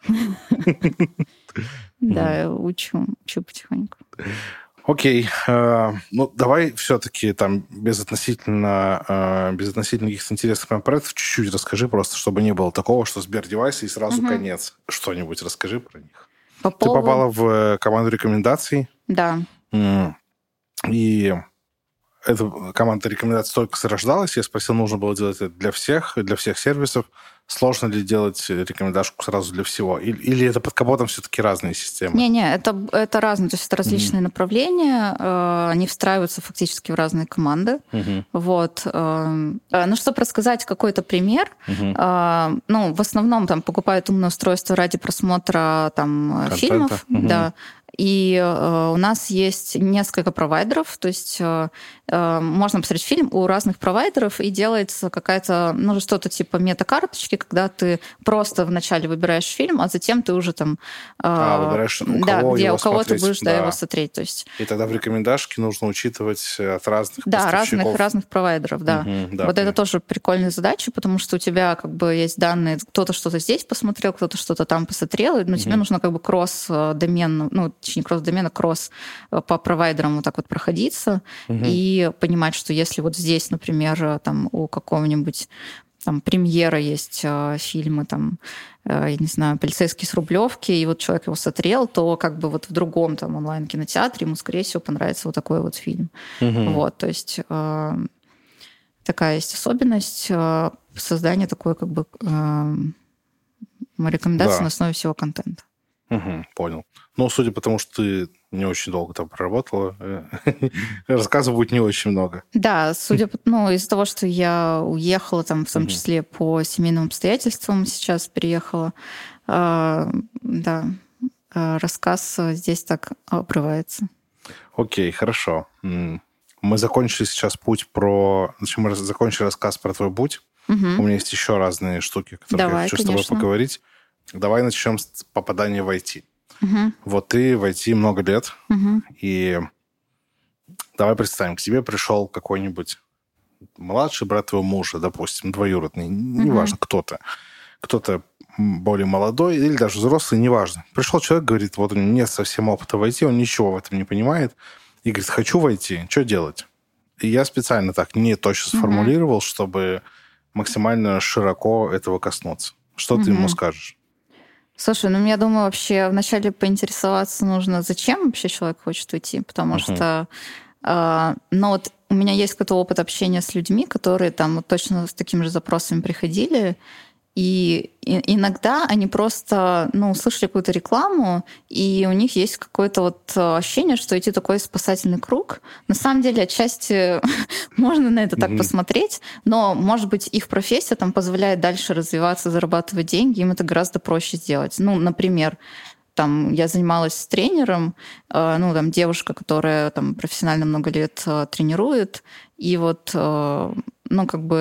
Да, учу, учу потихоньку. Окей, ну давай все-таки там безотносительно безотносительно каких-то интересных проектов чуть-чуть расскажи просто, чтобы не было такого, что Сбердевайсы и сразу конец. Что-нибудь расскажи про них. Ты попала в команду рекомендаций. Да. И эта команда рекомендаций только зарождалась. Я спросил, нужно было делать это для всех, для всех сервисов. Сложно ли делать рекомендашку сразу для всего? Или, или это под капотом все-таки разные системы? Не-не, это, это разные. То есть это различные mm-hmm. направления. Э, они встраиваются фактически в разные команды. Mm-hmm. Вот. Э, ну, чтобы рассказать какой-то пример, mm-hmm. э, ну, в основном там покупают умное устройство ради просмотра там, контента. Фильмов. Mm-hmm. Да. И э, у нас есть несколько провайдеров, то есть э, э, можно посмотреть фильм у разных провайдеров, и делается какая-то, ну, что-то типа мета-карточки, когда ты просто вначале выбираешь фильм, а затем ты уже там... Э, а, выбираешь, у кого да, его где, у кого смотреть. ты будешь да. Да, его смотреть. То есть... И тогда в рекомендашке нужно учитывать от разных да, поставщиков. разных, разных провайдеров, да. Угу, да вот понятно. Это тоже прикольная задача, потому что у тебя как бы есть данные, кто-то что-то здесь посмотрел, кто-то что-то там посмотрел, но угу. тебе нужно как бы кросс-домен, ну, точнее, кросс-домена, кросс по провайдерам вот так вот проходиться угу. и понимать, что если вот здесь, например, там у какого-нибудь там премьера есть э, фильмы, там, э, я не знаю, «Полицейский с Рублевки», и вот человек его смотрел, то как бы вот в другом там онлайн-кинотеатре ему, скорее всего, понравится вот такой вот фильм. Угу. Вот, то есть э, такая есть особенность э, создания такой как бы э, рекомендации да. на основе всего контента. Угу, понял. Ну, судя по тому, что ты не очень долго там проработала, рассказов будет не очень много. Да, судя по... Ну, из-за того, что я уехала, там, в том угу. числе по семейным обстоятельствам, сейчас переехала, э, да, э, рассказ здесь так обрывается. Окей, хорошо. Мы закончили сейчас путь про... Значит, мы закончили рассказ про твой путь. Угу. У меня есть еще разные штуки, которые Давай, я хочу конечно. с тобой поговорить. Давай начнем с попадания в ай ти. Uh-huh. Вот ты в ай ти много лет, uh-huh. и давай представим, к тебе пришел какой-нибудь младший брат твоего мужа, допустим, двоюродный, uh-huh. неважно, кто-то. Кто-то более молодой или даже взрослый, неважно. Пришел человек, говорит, вот у него нет совсем опыта в ай ти, он ничего в этом не понимает, и говорит, хочу в ай ти, что делать? И я специально так не точно uh-huh. сформулировал, чтобы максимально широко этого коснуться. Что uh-huh. ты ему скажешь? Слушай, ну, я думаю, вообще вначале поинтересоваться нужно, зачем вообще человек хочет уйти, потому uh-huh. что, э, ну, вот у меня есть какой-то опыт общения с людьми, которые там вот точно с такими же запросами приходили, и, и иногда они просто, ну, услышали какую-то рекламу, и у них есть какое-то вот ощущение, что идти такой спасательный круг. На самом деле, отчасти можно на это так mm-hmm. посмотреть, но, может быть, их профессия там позволяет дальше развиваться, зарабатывать деньги, им это гораздо проще сделать. Ну, например, там я занималась с тренером, э, ну, там девушка, которая там профессионально много лет э, тренирует, и вот, э, ну, как бы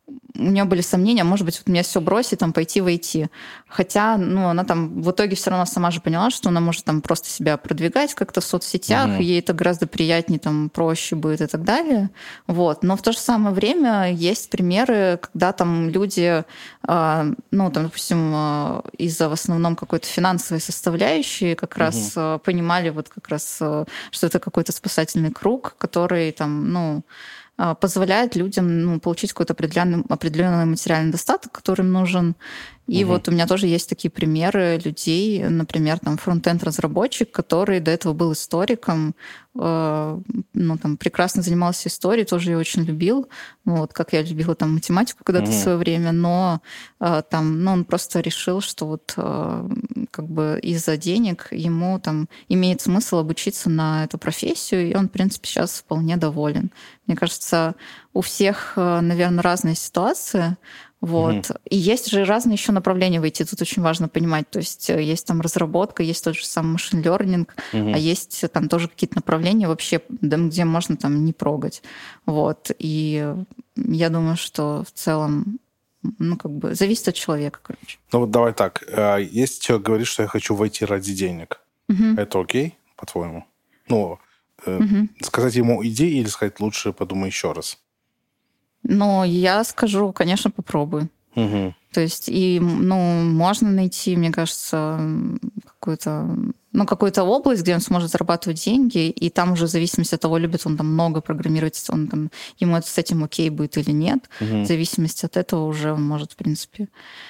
у нее были сомнения, может быть, вот мне все бросить, там, пойти в ай ти. Хотя, ну, она там в итоге все равно сама же поняла, что она может там просто себя продвигать как-то в соцсетях, mm-hmm. и ей это гораздо приятнее, там, проще будет и так далее. Вот. Но в то же самое время есть примеры, когда там люди, э, ну, там, допустим, э, из-за в основном какой-то финансовой составляющей как mm-hmm. раз э, понимали вот как раз, э, что это какой-то спасательный круг, который там, ну, позволяет людям, ну, получить какой-то определенный, определенный материальный достаток, который им нужен. И угу. вот у меня тоже есть такие примеры людей, например, там фронт-энд-разработчик, который до этого был историком, э, ну, там, прекрасно занимался историей, тоже ее очень любил, ну, вот как я любила там математику когда-то угу. в свое время, но э, там, ну, он просто решил, что вот э, как бы из-за денег ему там имеет смысл обучиться на эту профессию, и он, в принципе, сейчас вполне доволен. Мне кажется, у всех, наверное, разные ситуации. Вот. Mm-hmm. И есть же разные еще направления в ай ти, тут очень важно понимать. То есть есть там разработка, есть тот же самый машин лернинг, mm-hmm. а есть там тоже какие-то направления вообще, где можно там не прогать. Вот. И я думаю, что в целом, ну, как бы зависит от человека, короче. Ну вот давай так. Если человек говорит, что я хочу в ай ти ради денег, mm-hmm. это окей, по-твоему? Ну, mm-hmm. сказать ему иди или сказать лучше подумай еще раз? Ну, я скажу, конечно, попробуй. Угу. То есть, и, ну, можно найти, мне кажется, какую-то, ну, какую-то область, где он сможет зарабатывать деньги, и там уже в зависимости от того, любит он там много программировать, он там, ему это с этим окей будет или нет, угу. в зависимости от этого уже он может, в принципе,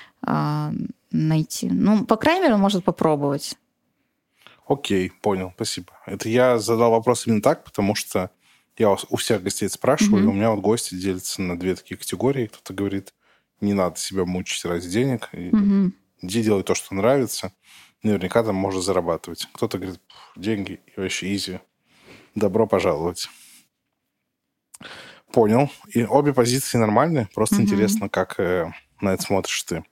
найти. Ну, по крайней мере, он может попробовать. Окей, понял, спасибо. Это я задал вопрос именно так, потому что я у всех гостей спрашиваю, mm-hmm. и у меня вот гости делятся на две такие категории. Кто-то говорит, не надо себя мучить ради денег, mm-hmm. иди делай то, что нравится. Наверняка там можно зарабатывать. Кто-то говорит, деньги и вообще изи. Добро пожаловать. Понял. И обе позиции нормальные. Просто mm-hmm. интересно, как э, на это смотришь ты.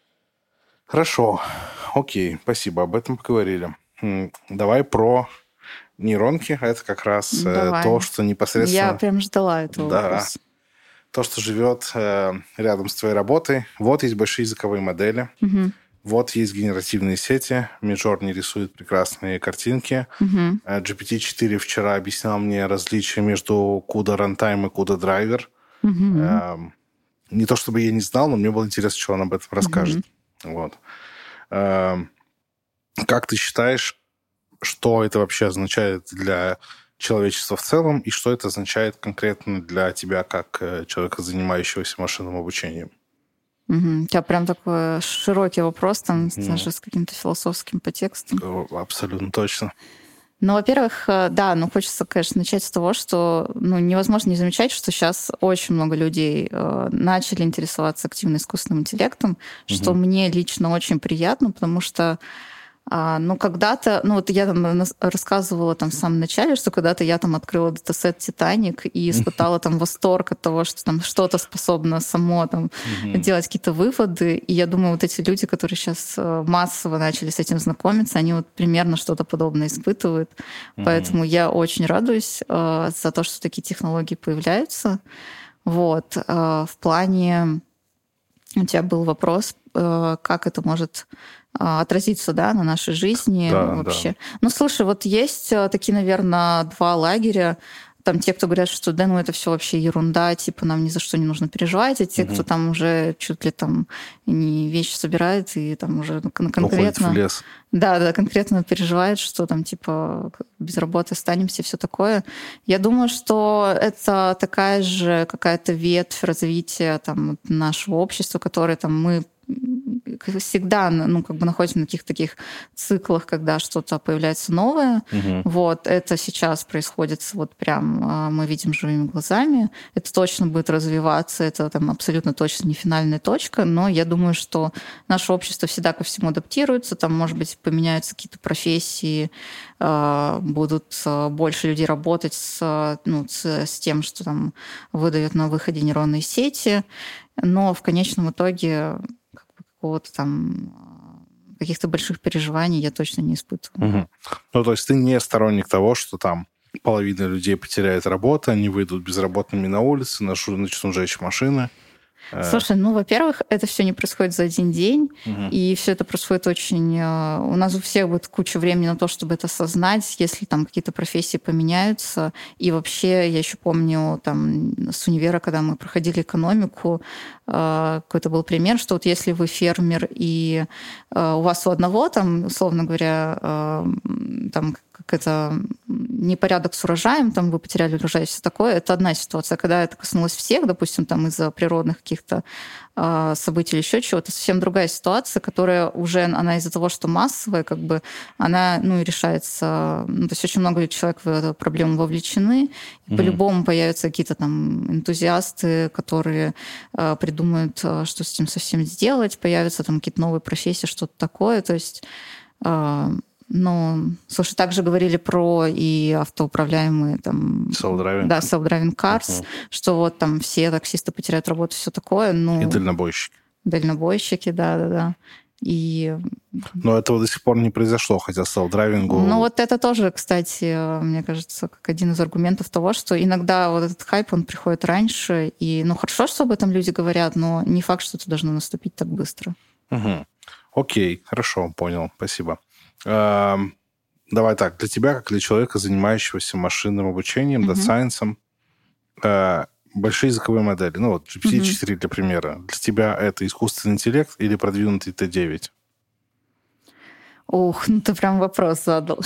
Хорошо. Окей, спасибо. Об этом поговорили. М- давай про... нейронки, это как раз Давай. то, что непосредственно... Я прям ждала этого да, вопроса. То, что живет э, рядом с твоей работой. Вот есть большие языковые модели, угу. вот есть генеративные сети, Midjourney рисует прекрасные картинки. Угу. джи пи ти четыре вчера объяснял мне различия между CUDA Runtime и CUDA Driver. Угу. Э, не то чтобы я не знал, но мне было интересно, что он об этом расскажет. Угу. Вот. Э, как ты считаешь, что это вообще означает для человечества в целом, и что это означает конкретно для тебя, как человека, занимающегося машинным обучением? Угу. У тебя прям такой широкий вопрос, там, mm. даже с каким-то философским подтекстом. Абсолютно точно. Ну, во-первых, да, ну, хочется, конечно, начать с того, что ну, невозможно не замечать, что сейчас очень много людей э, начали интересоваться активно искусственным интеллектом, mm-hmm. что мне лично очень приятно, потому что А, ну, когда-то, ну, вот я там рассказывала там в самом начале, что когда-то я там открыла датасет «Титаник» и испытала там восторг от того, что там что-то способно само там mm-hmm. делать какие-то выводы. И я думаю, вот эти люди, которые сейчас массово начали с этим знакомиться, они вот примерно что-то подобное испытывают. Mm-hmm. Поэтому я очень радуюсь э, за то, что такие технологии появляются. Вот. Э, в плане... У тебя был вопрос, э, как это может отразиться, да, на нашей жизни да, вообще. Да. Ну, слушай, вот есть такие, наверное, два лагеря. Там те, кто говорят, что да, ну это все вообще ерунда, типа нам ни за что не нужно переживать, а те, угу. кто там уже чуть ли там не вещи собирает и там уже конкретно... Уходит в лес. Да, да, конкретно переживает, что там типа без работы останемся и все такое. Я думаю, что это такая же какая-то ветвь развития там нашего общества, которое там мы всегда, ну, как бы находимся на каких-то таких циклах, когда что-то появляется новое. Угу. Вот, это сейчас происходит, вот прям мы видим живыми глазами. Это точно будет развиваться, это там абсолютно точно не финальная точка, но я думаю, что наше общество всегда ко всему адаптируется, там, может быть, поменяются какие-то профессии, будут больше людей работать с, ну, с, с тем, что там выдают на выходе нейронные сети, но в конечном итоге какого-то там каких-то больших переживаний я точно не испытываю. Угу. Ну, то есть ты не сторонник того, что там половина людей потеряет работу, они выйдут безработными на улицы, начнут жечь машины. Слушай, ну, во-первых, это все не происходит за один день, угу. и все это происходит очень... У нас у всех будет куча времени на то, чтобы это осознать, если там какие-то профессии поменяются. И вообще, я еще помню, там, с универа, когда мы проходили экономику, какой-то был пример, что вот если вы фермер, и у вас у одного, там, условно говоря, там, как это, непорядок с урожаем, там вы потеряли урожай и все такое, это одна ситуация. Когда это коснулось всех, допустим, там из-за природных каких-то э, событий или еще чего-то, совсем другая ситуация, которая уже, она из-за того, что массовая, как бы, она, ну, и решается, ну, то есть очень много человек в эту проблему вовлечены, и mm-hmm. по-любому появятся какие-то там энтузиасты, которые э, придумают, что с этим совсем сделать, появятся там какие-то новые профессии, что-то такое, то есть... Э, Ну, слушай, также говорили про и автоуправляемые там... Self-driving. Да, self-driving cars, uh-huh. что вот там все таксисты потеряют работу, все такое. Ну, и дальнобойщики. Дальнобойщики, да-да-да. И... Но этого до сих пор не произошло, хотя self-driving... Ну, вот это тоже, кстати, мне кажется, как один из аргументов того, что иногда вот этот хайп, он приходит раньше, и, ну, хорошо, что об этом люди говорят, но не факт, что это должно наступить так быстро. Угу. Окей, хорошо, понял, спасибо. Давай так, для тебя, как для человека, занимающегося машинным обучением, mm-hmm. дата-сайенсом, большие языковые модели, ну вот джи пи ти четыре mm-hmm. для примера, для тебя это искусственный интеллект или продвинутый ти девять? Ух, ну ты прям вопрос задал.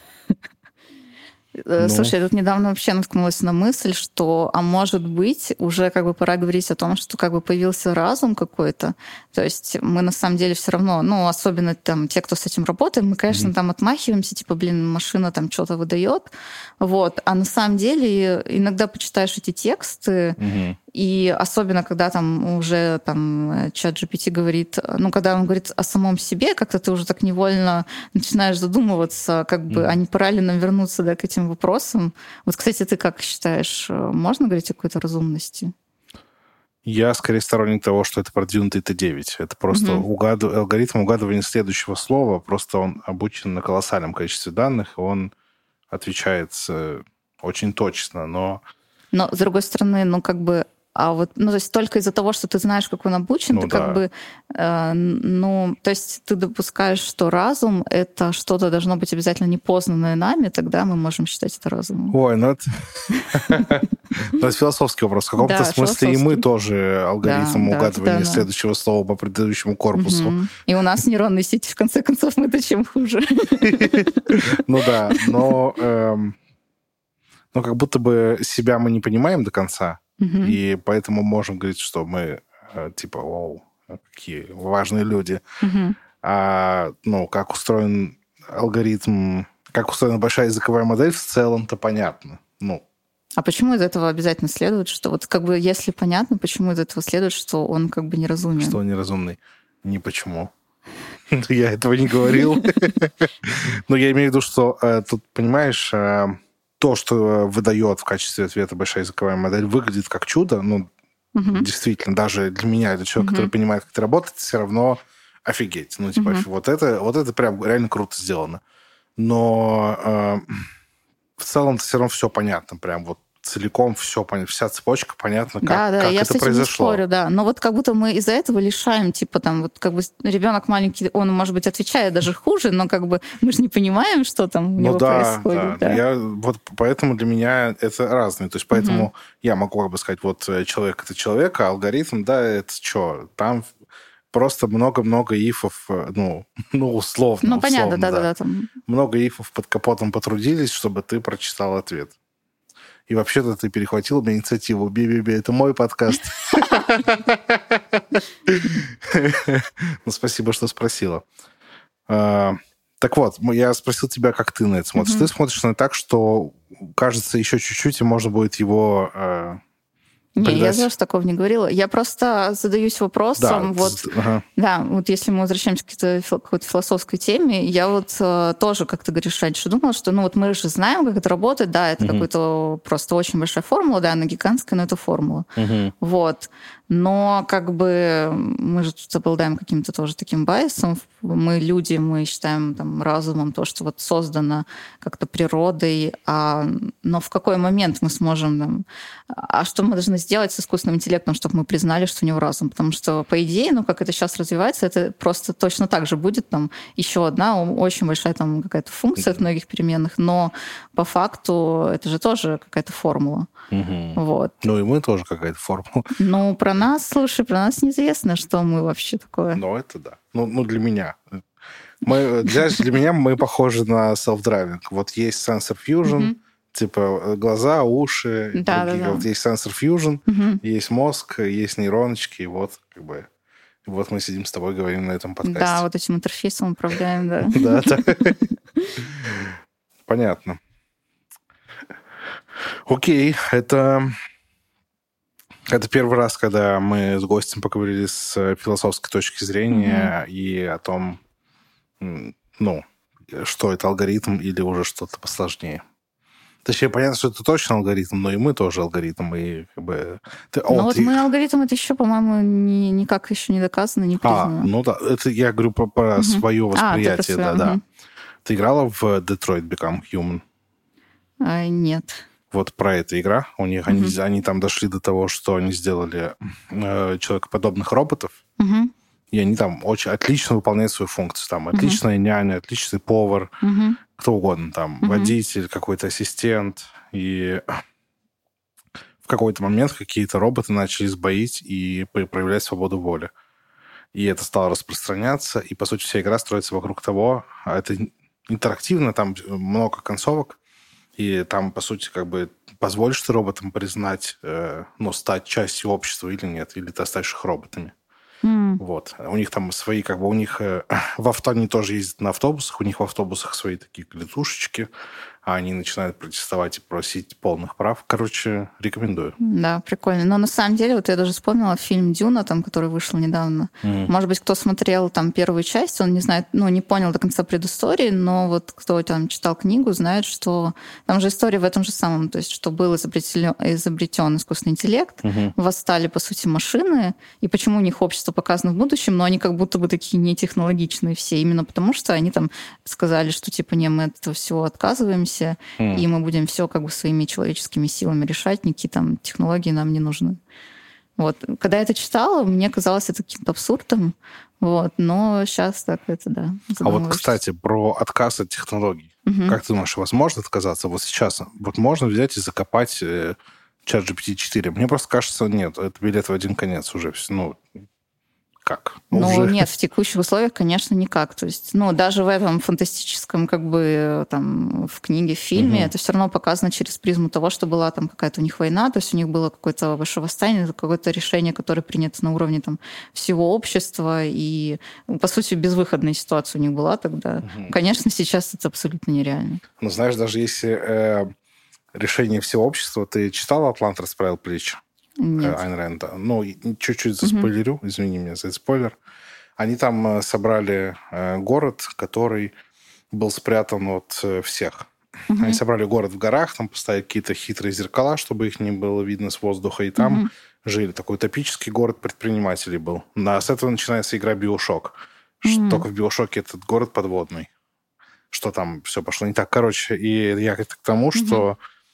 Ну. Слушай, я тут недавно вообще наткнулась на мысль, что, а может быть, уже как бы пора говорить о том, что как бы появился разум какой-то. То есть мы на самом деле все равно, ну, особенно там те, кто с этим работает, мы, конечно, mm-hmm. там отмахиваемся, типа, блин, машина там что-то выдает. Вот. А на самом деле иногда почитаешь эти тексты, mm-hmm. и особенно, когда там уже там чат джи пи ти говорит, ну, когда он говорит о самом себе, как-то ты уже так невольно начинаешь задумываться, как бы, mm-hmm. а не пора ли нам вернуться, да, к этим вопросам. Вот, кстати, ты как считаешь, можно говорить о какой-то разумности? Я скорее сторонник того, что это продвинутый ти девять. Это просто mm-hmm. угад... алгоритм угадывания следующего слова, просто он обучен на колоссальном количестве данных, и он отвечает очень точно, но... Но, с другой стороны, ну, как бы, а вот, ну, то есть только из-за того, что ты знаешь, как он обучен, ну, ты да. как бы, э, ну, то есть ты допускаешь, что разум — это что-то должно быть обязательно непознанное нами, тогда мы можем считать это разумом. Ой, ну это... Это философский вопрос. В каком-то смысле и мы тоже алгоритм угадывания следующего слова по предыдущему корпусу. И у нас нейронные сети, в конце концов, мы-то чем хуже. Ну да, но... Но как будто бы себя мы не понимаем до конца, uh-huh. и поэтому можем говорить, что мы типа, вау, какие важные люди. Uh-huh. А ну, как устроен алгоритм, как устроена большая языковая модель, в целом-то понятно. Ну. А почему из этого обязательно следует, что вот как бы если понятно, почему из этого следует, что он как бы неразумен? Что он неразумный? Не почему. Я этого не говорил. Но я имею в виду, что тут, понимаешь... То, что выдает в качестве ответа большая языковая модель, выглядит как чудо, ну, uh-huh. действительно, даже для меня, для человека, uh-huh. который понимает, как это работает, все равно офигеть. Ну, типа, uh-huh. вот, это, вот это прям реально круто сделано. Но э, в целом-то все равно все понятно, прям вот целиком все понятно, вся цепочка понятна, как, да, да, как я это с этим произошло. Не спорю, да. Но вот как будто мы из-за этого лишаем, типа там, вот как бы ребенок маленький, он, может быть, отвечает даже хуже, но как бы мы же не понимаем, что там у ну, него да, происходит. Да, да. Я, вот поэтому для меня это разные. То есть поэтому угу. я могу как бы сказать, вот человек — это человек, а алгоритм, да, это что? Там просто много-много ифов, ну, ну условно. Ну, понятно, условно, да-да-да. Там... Много ифов под капотом потрудились, чтобы ты прочитал ответ. И вообще-то ты перехватил мне инициативу. Би-би-би, это мой подкаст. Ну, спасибо, что спросила. Так вот, я спросил тебя, как ты на это смотришь. Ты смотришь на это так, что, кажется, еще чуть-чуть, и можно будет его... Не, я даже такого не говорила. Я просто задаюсь вопросом, да, вот, ага. да, вот если мы возвращаемся к какой-то философской теме, я вот э, тоже, как ты говоришь, раньше думала, что, ну, вот мы же знаем, как это работает, да, это угу. какой-то просто очень большая формула, да, она гигантская, но это формула. Угу. Вот. Но как бы мы же тут обладаем каким-то тоже таким байсом мы люди, мы считаем там разумом то, что вот создано как-то природой, а, но в какой момент мы сможем... Там, а что мы должны сделать с искусственным интеллектом, чтобы мы признали, что у него разум? Потому что, по идее, ну, как это сейчас развивается, это просто точно так же будет там еще одна очень большая там какая-то функция в многих переменных, но по факту это же тоже какая-то формула. Угу. Вот. Ну и мы тоже какая-то формула. Ну, про нас, слушай, про нас неизвестно, что мы вообще такое. Ну, это да. Ну, ну для меня. Мы, для, для меня мы похожи на self-driving. Вот есть sensor fusion, mm-hmm. типа глаза, уши. Да, да, да. Вот есть sensor fusion, mm-hmm. есть мозг, есть нейроночки. И вот как бы... Вот мы сидим с тобой, говорим на этом подкасте. Да, вот этим интерфейсом управляем, да. Да, да. Понятно. Окей, это... Это первый раз, когда мы с гостем поговорили с философской точки зрения mm-hmm. и о том, ну, что это алгоритм или уже что-то посложнее. Точнее, понятно, что это точно алгоритм, но и мы тоже алгоритм. И как бы... Ты, ну вот ты... мы алгоритм, это еще, по-моему, ни, никак еще не доказано, не признано. А, ну да, это я говорю про, про mm-hmm. свое восприятие. А, да, да. Mm-hmm. Ты играла в Detroit Become Human? А, нет. Вот про эту игра. У них mm-hmm. они, они там дошли до того, что они сделали э, человекоподобных роботов. Mm-hmm. И они там очень отлично выполняют свою функцию. Там отличная mm-hmm. няня, отличный повар, mm-hmm. кто угодно. Там mm-hmm. водитель, какой-то ассистент. И в какой-то момент какие-то роботы начали сбоить и проявлять свободу воли. И это стало распространяться. И, по сути, вся игра строится вокруг того... Это интерактивно, там много концовок. И там, по сути, как бы позволишь ты роботам признать, э, ну, стать частью общества или нет, или ты оставишь их роботами. Mm. Вот. У них там свои, как бы, у них... Э, в авто они тоже ездят на автобусах, у них в автобусах свои такие клетушечки, а они начинают протестовать и просить полных прав. Короче, рекомендую. Да, прикольно. Но на самом деле, вот я даже вспомнила фильм «Дюна», там, который вышел недавно. Mm. Может быть, кто смотрел там первую часть, он не знает, ну, не понял до конца предыстории, но вот кто там читал книгу, знает, что там же история в этом же самом, то есть, что был изобретен, изобретен искусственный интеллект, mm-hmm. восстали, по сути, машины, и почему у них общество показано в будущем, но они как будто бы такие нетехнологичные все, именно потому что они там сказали, что, типа, не, мы от этого всего отказываемся, Mm. и мы будем все как бы своими человеческими силами решать, никакие там технологии нам не нужны. Вот. Когда я это читала, мне казалось это каким-то абсурдом, вот. Но сейчас так это, да. А вот, кстати, про отказ от технологий. Mm-hmm. Как ты думаешь, возможно отказаться? Вот сейчас вот можно взять и закопать э, чат джи пи ти четыре? Мне просто кажется, нет, это билет в один конец уже. Ну, как? Ну, уже... нет, в текущих условиях, конечно, никак. То есть, ну, даже в этом фантастическом, как бы, там, в книге, в фильме, угу. это все равно показано через призму того, что была там какая-то у них война, то есть у них было какое-то большое восстание, какое-то решение, которое принято на уровне там всего общества, и, по сути, безвыходная ситуация у них была тогда. Угу. Конечно, сейчас это абсолютно нереально. Ну, знаешь, даже если э, решение всего общества, ты читала «Атлант расправил плечи»? Нет. Айн Рэнда. Ну, чуть-чуть заспойлерю, mm-hmm. извини меня за этот спойлер. Они там собрали город, который был спрятан от всех. Mm-hmm. Они собрали город в горах, там поставили какие-то хитрые зеркала, чтобы их не было видно с воздуха, и там mm-hmm. жили. Такой утопический город предпринимателей был. А с этого начинается игра «Биошок». Mm-hmm. Только в «Биошоке» этот город подводный. Что там все пошло не так. Короче, и я к тому, mm-hmm. что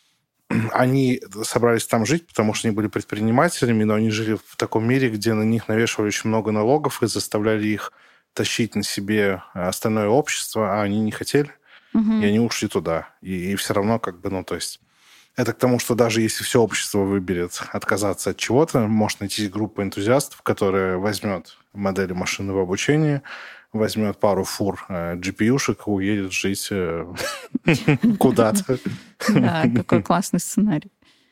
они собрались там жить, потому что они были предпринимателями, но они жили в таком мире, где на них навешивали очень много налогов и заставляли их тащить на себе остальное общество, а они не хотели, угу. и они ушли туда. И, и все равно как бы, ну, то есть... Это к тому, что даже если все общество выберет отказаться от чего-то, может найти группа энтузиастов, которая возьмет модели машинного обучения, возьмет пару фур джи пи ю-шек и уедет жить куда-то. Да, какой классный сценарий.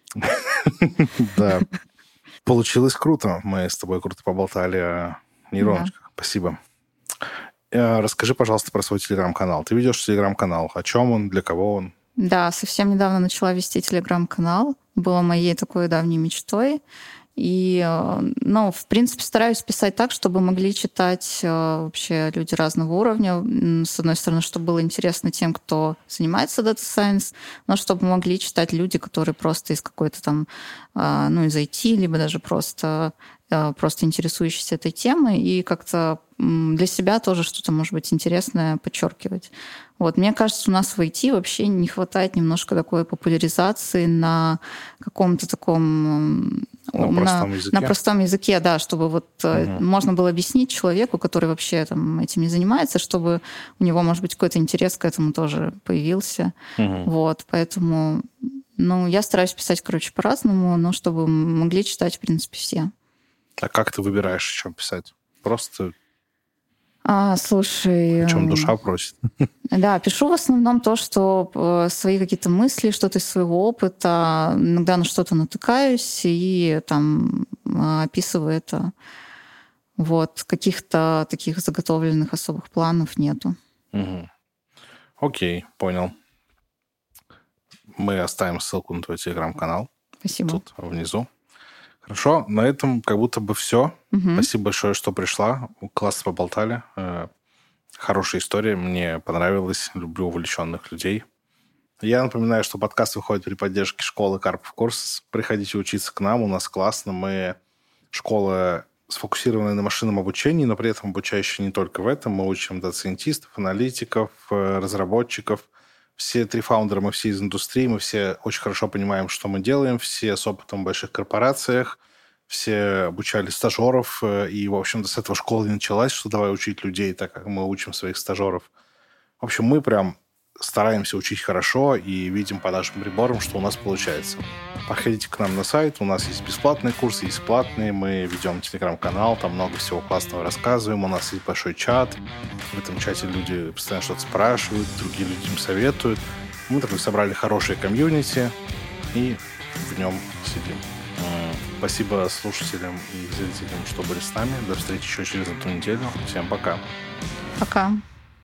Да. Получилось круто. Мы с тобой круто поболтали о нейроночках. Спасибо. Расскажи, пожалуйста, про свой телеграм-канал. Ты ведешь телеграм-канал. О чем он, для кого он? Да, совсем недавно начала вести телеграм-канал. Было моей такой давней мечтой. И, ну, в принципе, стараюсь писать так, чтобы могли читать вообще люди разного уровня. С одной стороны, чтобы было интересно тем, кто занимается Data Science, но чтобы могли читать люди, которые просто из какой-то там, ну, из ай ти, либо даже просто, просто интересующиеся этой темой, и как-то для себя тоже что-то, может быть, интересное подчеркивать. Вот. Мне кажется, у нас в ай ти вообще не хватает немножко такой популяризации на каком-то таком... На, на простом языке. На простом языке, да, чтобы вот угу. можно было объяснить человеку, который вообще там, этим не занимается, чтобы у него, может быть, какой-то интерес к этому тоже появился. Угу. Вот. Поэтому ну, я стараюсь писать, короче, по-разному, но чтобы могли читать, в принципе, все. А как ты выбираешь, о чем писать? Просто... А, слушай... О чем душа просит. Да, пишу в основном то, что свои какие-то мысли, что-то из своего опыта. Иногда на что-то натыкаюсь и там описываю это. Вот. Каких-то таких заготовленных особых планов нету. Угу. Окей, понял. Мы оставим ссылку на твой телеграм-канал. Спасибо. Тут внизу. Хорошо, на этом как будто бы все. Угу. Спасибо большое, что пришла. Классно поболтали. Хорошая история, мне понравилось. Люблю увлеченных людей. Я напоминаю, что подкаст выходит при поддержке школы Karpov Courses. Приходите учиться к нам, у нас классно. Мы школа, сфокусированная на машинном обучении, но при этом обучающая не только в этом. Мы учим дата-сайентистов, аналитиков, разработчиков. Все три фаундера, мы все из индустрии, мы все очень хорошо понимаем, что мы делаем, все с опытом в больших корпорациях, все обучали стажеров, и, в общем-то, с этого школа и началась, что давай учить людей так, как мы учим своих стажеров. В общем, мы прям стараемся учить хорошо и видим по нашим приборам, что у нас получается. Проходите к нам на сайт, у нас есть бесплатные курсы, есть платные, мы ведем телеграм-канал, там много всего классного рассказываем, у нас есть большой чат, в этом чате люди постоянно что-то спрашивают, другие люди им советуют. Мы такой собрали хорошее комьюнити и в нем сидим. Спасибо слушателям и зрителям, что были с нами. До встречи еще через одну неделю. Всем пока. Пока.